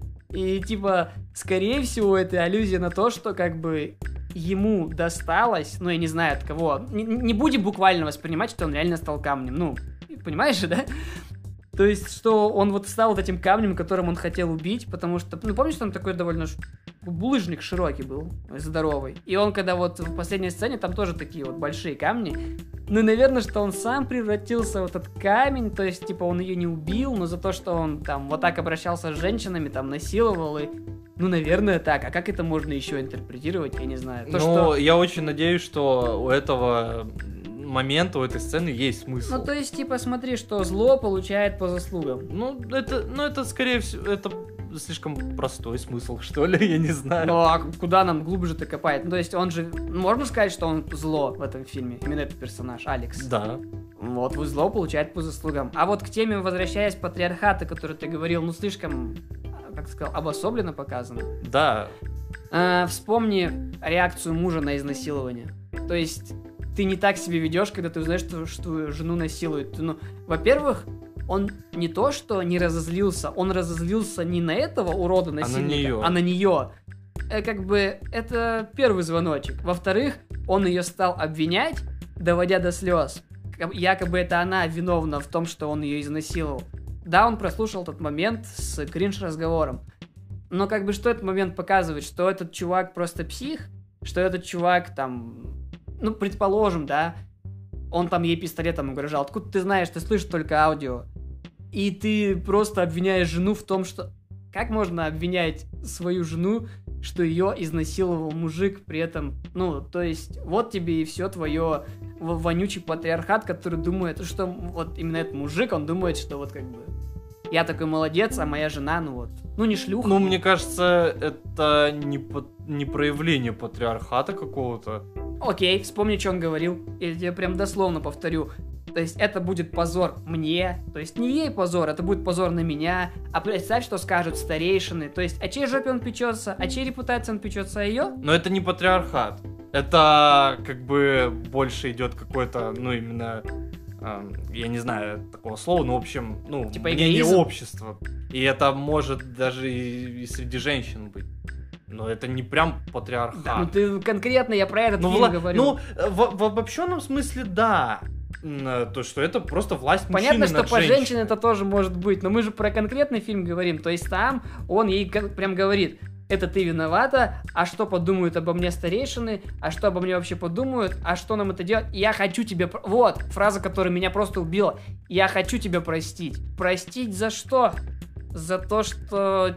И типа, скорее всего, это аллюзия на то, что как бы ему досталось, ну я не знаю от кого. Не, не будем буквально воспринимать, что он реально стал камнем. Ну, понимаешь же, да? То есть, что он вот стал вот этим камнем, которым он хотел убить, потому что, ну, помнишь, там такой довольно ш- булыжник широкий был, здоровый. И он, когда вот в последней сцене, там тоже такие вот большие камни. Ну, наверное, что он сам превратился в этот камень, то есть, типа, он ее не убил, но за то, что он там вот так обращался с женщинами, там, насиловал и... Ну, наверное, так. А как это можно еще интерпретировать, я не знаю. То, ну, что... я очень надеюсь, что у этого момента, у этой сцены есть смысл. Ну, то есть, типа, смотри, что зло получает по заслугам. Ну, это, ну, это скорее всего, это слишком простой смысл, что ли, я не знаю. Ну, а куда нам глубже-то копать? Ну, то есть, он же... Можно сказать, что он зло в этом фильме? Именно этот персонаж, Алекс. Да. Вот, зло получает по заслугам. А вот к теме, возвращаясь, патриархата, который ты говорил, ну, слишком, как ты сказал, обособленно показано. Да. А, вспомни реакцию мужа на изнасилование. То есть, ты не так себя ведешь, когда ты узнаешь, что, что жену насилуют. Ну, во-первых, он не то, что не разозлился, он разозлился не на этого урода насильника, а на нее. А на нее. Э, как бы, это первый звоночек. Во-вторых, он ее стал обвинять, доводя до слез. Якобы это она виновна в том, что он ее изнасиловал. Да, он прослушал тот момент с кринж-разговором. Но как бы что этот момент показывает? Что этот чувак просто псих? Что этот чувак там... Ну, предположим, да, он там ей пистолетом угрожал. Откуда ты знаешь? Ты слышишь только аудио. И ты просто обвиняешь жену в том, что... Как можно обвинять свою жену, что ее изнасиловал мужик при этом? Ну, то есть, вот тебе и все твое вонючий патриархат, который думает, что вот именно этот мужик, он думает, что вот как бы... Я такой молодец, а моя жена, ну вот, ну не шлюха. Ну, мне кажется, это не, по... не проявление патриархата какого-то. Окей, вспомни, что он говорил. Я тебе прям дословно повторю. То есть это будет позор мне, то есть не ей позор, это будет позор на меня. А представь, что скажут старейшины. То есть о чьей жопе он печется, о чьей репутации он печется, о ее? Но это не патриархат. Это как бы больше идет какой-то, ну именно, э, я не знаю такого слова, но в общем, ну, типа мнение эгоизм? общества. И это может даже и, и среди женщин быть. Но это не прям патриархат. Да, ну ты конкретно, я про этот ну, фильм вла- говорю. Ну, в, в обобщенном смысле, да. То, что это просто власть Понятно, мужчины что над по женщиной. женщине это тоже может быть, но мы же про конкретный фильм говорим. То есть там он ей как- прям говорит: это ты виновата, а что подумают обо мне старейшины, а что обо мне вообще подумают, а что нам это делать? Я хочу тебя... про- Вот, фраза, которая меня просто убила. Я хочу тебя простить. Простить за что? За то, что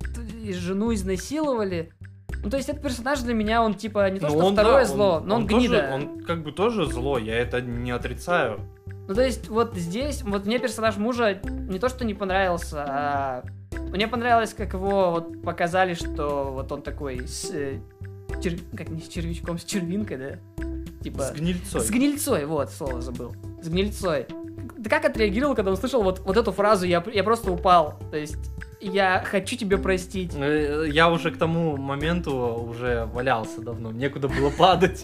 т- жену изнасиловали? Ну, то есть этот персонаж для меня, он типа не то, Ну, что он, второе да, зло, он- но он, он гнида. тоже- он как бы тоже зло, я это не отрицаю. Ну, то есть, вот здесь, вот мне персонаж мужа не то, что не понравился, а мне понравилось, как его вот показали, что вот он такой с... э, чер- как не с червячком, с червинкой, да? Типа... С гнильцой. С гнильцой, вот, слово забыл. С гнильцой. Ты как отреагировал, когда услышал вот, вот эту фразу? Я, я просто упал. То есть, я хочу тебя простить. Э, Я уже к тому моменту уже валялся давно, некуда было падать.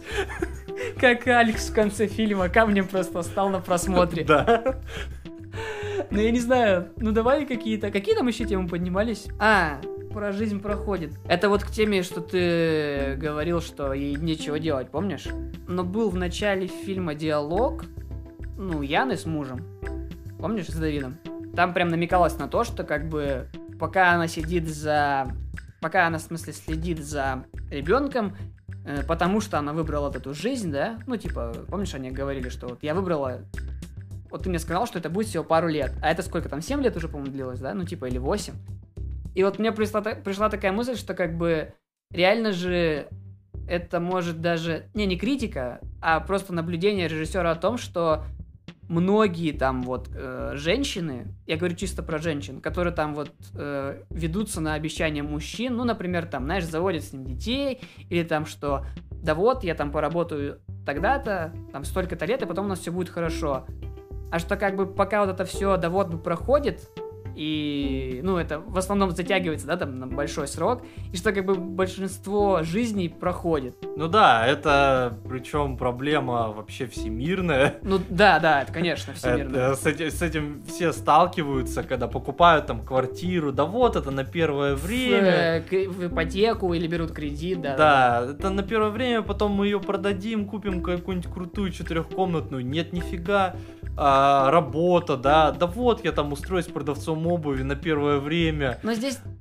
Как Алекс в конце фильма камнем просто стал на просмотре. Да. Ну, я не знаю, ну давай какие-то... Какие там еще темы поднимались? А, про жизнь проходит. Это вот к теме, что ты говорил, что ей нечего делать, помнишь? Но был в начале фильма диалог, ну, Яны с мужем. Помнишь, с Давидом? Там прям намекалось на то, что как бы пока она сидит за... Пока она, в смысле, следит за ребенком, э, потому что она выбрала вот эту жизнь, да? Ну, типа, помнишь, они говорили, что вот я выбрала... Вот ты мне сказал, что это будет всего пару лет. А это сколько там, семь лет уже, по-моему, длилось, да? Ну, типа, или восемь. И вот мне пришла, та- пришла такая мысль, что как бы реально же это может даже... Не, не критика, а просто наблюдение режиссера о том, что многие там вот э, женщины, я говорю чисто про женщин, которые там вот э, ведутся на обещания мужчин, ну, например, там, знаешь, заводят с ним детей, или там, что да вот, я там поработаю тогда-то, там, столько-то лет, и потом у нас все будет хорошо. А что как бы пока вот это все да вот проходит, и, ну, это в основном затягивается, да, там, на большой срок, и что как бы большинство жизней проходит. Ну да, это причем проблема вообще всемирная. Ну, да, да, это, конечно, всемирно. Это, с, этим, с этим все сталкиваются, когда покупают там квартиру, да вот, это на первое время. В, к- в ипотеку или берут кредит, да. Да, это на первое время, потом мы ее продадим, купим какую-нибудь крутую четырехкомнатную, нет, нифига, а, работа, да, да вот, я там устроюсь продавцом обуви на первое время. Но здесь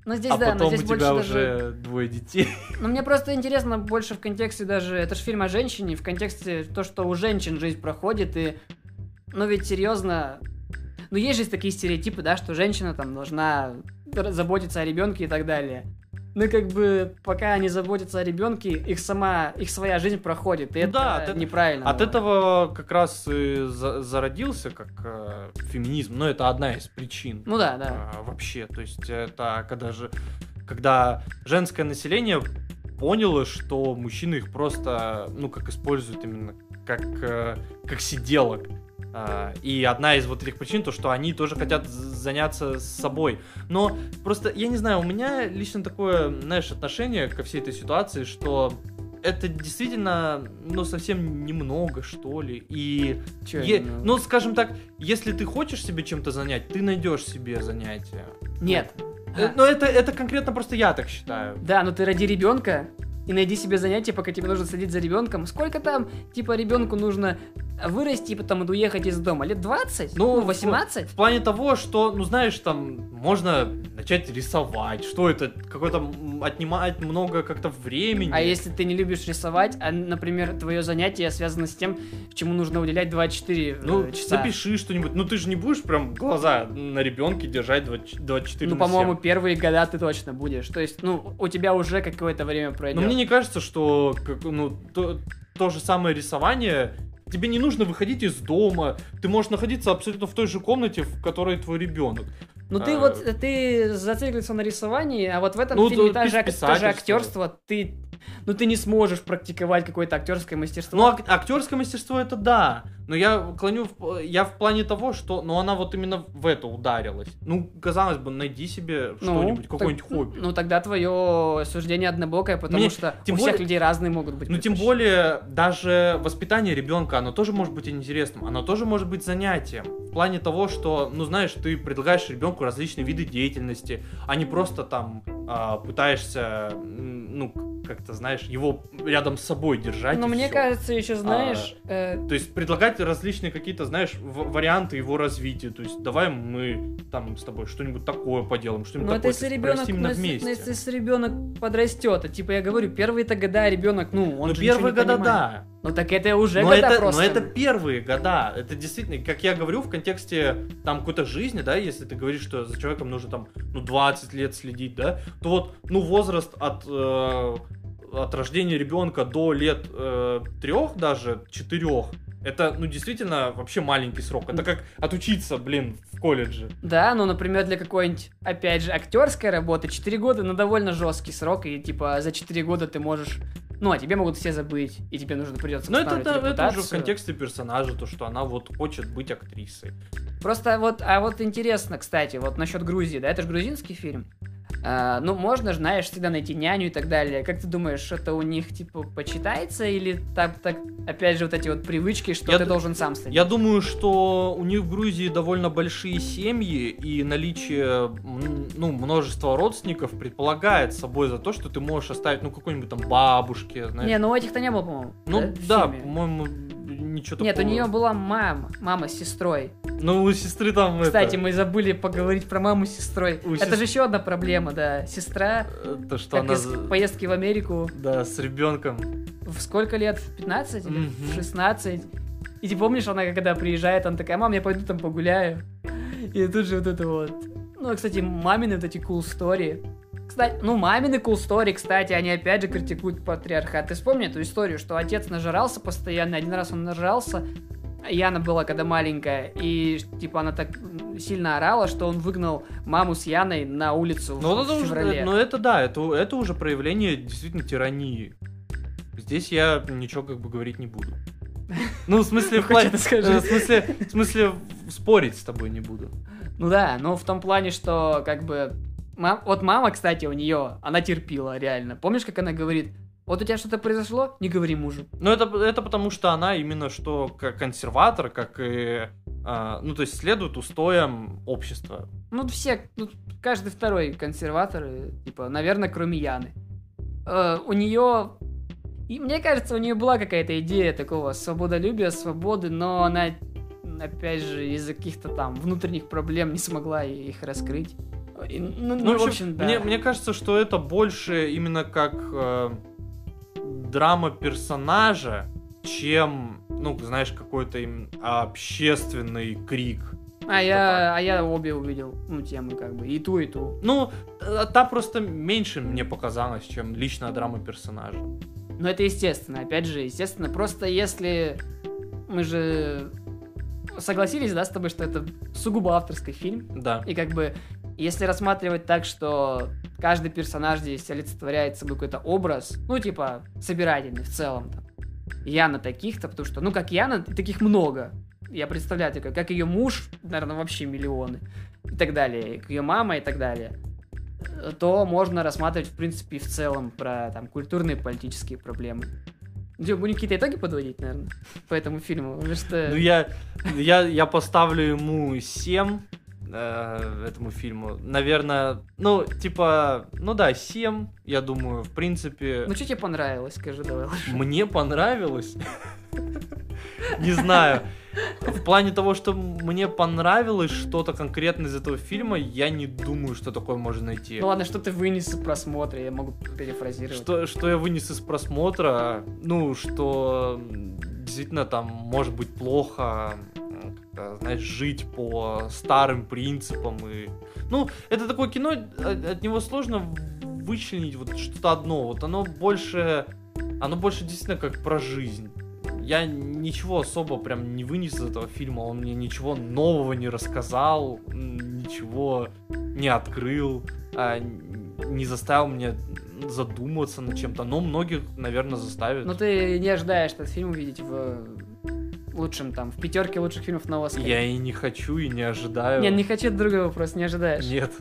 Но здесь, а да, но потом у здесь больше тебя даже... уже двое детей. Ну, мне просто интересно больше в контексте даже... Это же фильм о женщине, в контексте то, что у женщин жизнь проходит, и... Ну, ведь серьезно... Ну, есть же такие стереотипы, да, что женщина там должна заботиться о ребенке и так далее. Ну, как бы, пока они заботятся о ребенке, их сама, их своя жизнь проходит, и Ну это да, от это- неправильно. От бывает. этого как раз и за- зародился как э, феминизм, но это одна из причин. Ну да, да. а, вообще, то есть это когда же, когда женское население поняло, что мужчины их просто, ну, как используют именно как, э, как сиделок. А, и одна из вот этих причин, то, что они тоже хотят з- заняться собой. Но просто, я не знаю, у меня лично такое, знаешь, отношение ко всей этой ситуации, что это действительно, ну, совсем немного, что ли. И, Чё е- именно? ну, скажем так, если ты хочешь себе чем-то занять, ты найдешь себе занятие. Нет. Э, Но это, это конкретно просто я так считаю. Да, но ты роди ребенка и найди себе занятие, пока тебе нужно следить за ребенком. Сколько там, типа, ребенку нужно вырасти и потом уехать из дома? Лет двадцать? Ну, Ну, в- восемнадцать? В плане того, что, ну, знаешь, там можно начать рисовать, что это, какое-то м, отнимает много как-то времени. А если ты не любишь рисовать, а, например, твое занятие связано с тем, чему нужно уделять двадцать четыре Ну, э, часа. запиши что-нибудь. Ну, ты же не будешь прям глаза на ребенке держать двадцать двадцать четыре Ну, на по-моему, семь. первые года ты точно будешь. То есть, ну, у тебя уже какое-то время пройдет. Но мне не кажется, что как, ну, то, то же самое рисование. Тебе не нужно выходить из дома. Ты можешь находиться абсолютно в той же комнате, в которой твой ребенок. Ну ты А, вот, ты зациклился на рисовании, а вот в этом Ну, фильме то та же, ак- писательство. та же актерство, ты, ну ты не сможешь практиковать какое-то актерское мастерство. Ну, ак- актерское мастерство это да. Но я клоню, в, я в плане того, что, ну, она вот именно в это ударилась. Ну, казалось бы, найди себе Ну, что-нибудь, так- какое-нибудь хобби. Ну тогда твое суждение однобокое, потому Мне- что тем у более- всех людей разные могут быть. Ну, тем предпочтения. более, даже воспитание ребенка, оно тоже может быть интересным, оно тоже может быть занятием. В плане того, что, ну, знаешь, ты предлагаешь ребенку различные виды деятельности, а не просто там а, пытаешься, м, ну, как-то, знаешь, его рядом с собой держать. Но и мне всё. кажется, еще знаешь, э, То есть предлагать различные какие-то, знаешь, в- варианты его развития. То есть давай мы там с тобой что-нибудь такое поделаем, что-нибудь ну это такое. если то есть ребенок, провести ну, именно если, ну, вместе. если ребенок подрастет, а типа я говорю, первые-то года ребенок, ну он Ну, же первые ничего не года, понимает. да. Ну так это уже Но года это, просто. но это первые года. Это действительно, как я говорю, в контексте там какой-то жизни, да, если ты говоришь, что за человеком нужно там, ну, двадцать лет следить, да, то вот, ну, возраст от, э, от рождения ребенка до лет э, трех даже, четырех, это, ну, действительно, вообще маленький срок. Это как отучиться, блин, в колледже. Да, ну, например, для какой-нибудь, опять же, актерской работы четыре года, ну, довольно жесткий срок, и, типа, за четыре года ты можешь... Ну, а тебе могут все забыть, и тебе нужно придется Но это, восстанавливать это, это уже в репутацию. контексте персонажа, то, что она вот хочет быть актрисой. Просто вот, а вот интересно, кстати, вот насчет Грузии, да, это же грузинский фильм. А, ну, можно же, знаешь, всегда найти няню и так далее. Как ты думаешь, это у них, типа, почитается, или так, так, опять же, вот эти вот привычки, что Я ты д- должен сам следить? Я думаю, что у них в Грузии довольно большие семьи, и наличие м, ну, множества родственников предполагает собой за то, что ты можешь оставить, ну, какой-нибудь там бабушке, знаешь. Не, ну у этих-то не было, по-моему. ну, в да, фильме? по-моему, ничего Нет, у такого. нее была мама, мама с сестрой. Ну, у сестры там Кстати, это... мы забыли поговорить про маму с сестрой. У Это сес- же еще одна проблема, да. Сестра, э, То, что как она... из за- поездки в Америку, Да, с ребенком. в сколько лет? В пятнадцать или Мгм. в шестнадцать? И ты помнишь, она когда приезжает, она такая: мам, я пойду там погуляю. И тут же вот это вот. Ну, кстати, мамины вот эти cool story. Кстати, ну, мамины cool story, кстати, они опять же критикуют патриархат. Ты вспомни эту историю, что отец нажирался постоянно, один раз он нажрался, Яна была когда маленькая, и типа она так сильно орала, что он выгнал маму с Яной на улицу Ну, в, это в уже, феврале. ну, это да, это, это уже проявление действительно тирании. Здесь я ничего как бы говорить не буду. Ну, в смысле, в Хоть плане- это скажи. э, в смысле, в смысле, спорить с тобой не буду. Ну да, но в том плане, что как бы... мам- Вот мама, кстати, у нее, она терпела реально. Помнишь, как она говорит: вот у тебя что-то произошло, не говори мужу. Ну, это, это потому, что она именно что как консерватор, как и... а, ну, то есть следует устоям общества. Ну, все, ну, каждый второй консерватор, э, типа, наверное, кроме Яны. Э, у нее... И мне кажется, у нее была какая-то идея такого свободолюбия, свободы, но она, опять же, из-за каких-то там внутренних проблем не смогла их раскрыть. И, ну, Ну, ну, в общем, да. мне, мне кажется, что это больше именно как э, драма персонажа, чем, ну, знаешь, какой-то им общественный крик. А я, а я обе увидел, ну, темы как бы, и ту, и ту. Ну, э, та просто меньше мне показалась, чем личная драма персонажа. Но это естественно, опять же, естественно. Просто если мы же согласились, да, с тобой, что это сугубо авторский фильм. Да. И как бы, если рассматривать так, что каждый персонаж здесь олицетворяет собой какой-то образ, ну, типа, собирательный в целом, там. Яна таких-то, потому что, ну, как Яна, таких много. Я представляю, как, как ее муж, наверное, вообще миллионы. И так далее. Как ее мама и так далее. То можно рассматривать, в принципе, и в целом про там культурные и политические проблемы. Где, будем какие-то итоги подводить, наверное, по этому фильму? Потому что... Ну, я, я, я поставлю ему семь э, этому фильму. Наверное, ну, типа, ну да, семь, я думаю, в принципе... Ну, что тебе понравилось, скажи, давай лучше. Мне понравилось. Не знаю. В плане того, что мне понравилось что-то конкретно из этого фильма, я не думаю, что такое можно найти. Ну ладно, что ты вынес из просмотра, я могу перефразировать. Что, что я вынес из просмотра, ну, что действительно там может быть плохо, как-то, знаешь, жить по старым принципам. И... Ну, это такое кино, от, от него сложно вычленить вот что-то одно. Вот оно больше, оно больше действительно как про жизнь. Я ничего особо прям не вынес из этого фильма, он мне ничего нового не рассказал, ничего не открыл, не заставил меня задуматься над чем-то, но многих, наверное, заставит. Но ты не ожидаешь этот фильм увидеть в лучшем там, в пятерке лучших фильмов на Оскаре? Я и не хочу, и не ожидаю. Нет, не хочу, это другой вопрос, не ожидаешь? Нет.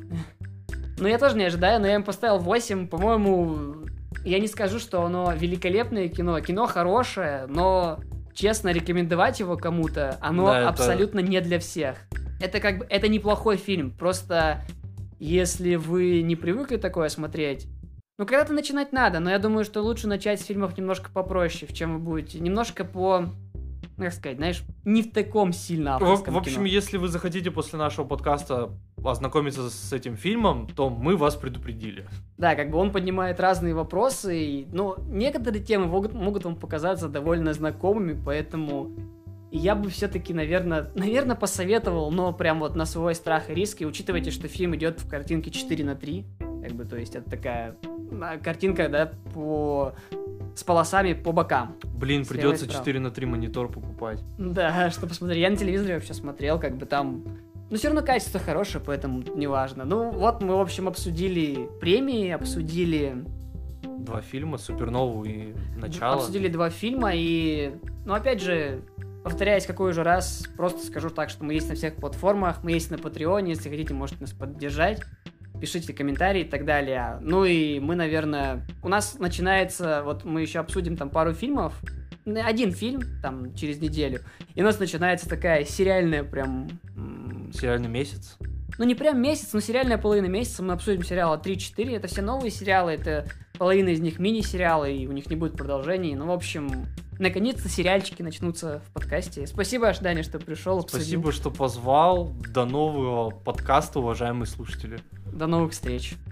Ну, я тоже не ожидаю, но я им поставил восемь, по-моему... Я не скажу, что оно великолепное кино. Кино хорошее, но, честно, рекомендовать его кому-то, оно да, абсолютно это... не для всех. Это как бы, это неплохой фильм, просто если вы не привыкли такое смотреть, ну, когда-то начинать надо, но я думаю, что лучше начать с фильмов немножко попроще, в чем вы будете. Немножко по... как сказать, знаешь, не в таком сильно авторском В, в общем, кино. если вы захотите после нашего подкаста ознакомиться с этим фильмом, то мы вас предупредили. Да, как бы он поднимает разные вопросы, и, ну, некоторые темы могут, могут вам показаться довольно знакомыми, поэтому я бы все-таки, наверное, наверное, посоветовал, но прям вот на свой страх и риск, и учитывайте, что фильм идет в картинке четыре на три, как бы, то есть это такая картинка, да, по... с полосами по бокам. Блин, придется четыре на три монитор покупать. Да, что посмотреть. Я на телевизоре вообще смотрел, как бы там... Но все равно качество хорошее, поэтому неважно. Ну, вот мы, в общем, обсудили премии, обсудили... Два фильма, Супернову и Начало. Обсудили два фильма, и... Ну, опять же, повторяясь какой уже раз, просто скажу так, что мы есть на всех платформах, мы есть на Патреоне, если хотите, можете нас поддержать. Пишите комментарии и так далее. Ну и мы, наверное... У нас начинается... Вот мы еще обсудим там пару фильмов. Один фильм, там, через неделю. И у нас начинается такая сериальная прям... Сериальный месяц? Ну, не прям месяц, но сериальная половина месяца. Мы обсудим сериалы три-четыре. Это все новые сериалы. Это половина из них мини-сериалы, и у них не будет продолжений. Ну, в общем... Наконец-то сериальчики начнутся в подкасте. Спасибо, Даня, что пришел. Спасибо, обсудил. что позвал. До нового подкаста, уважаемые слушатели. До новых встреч.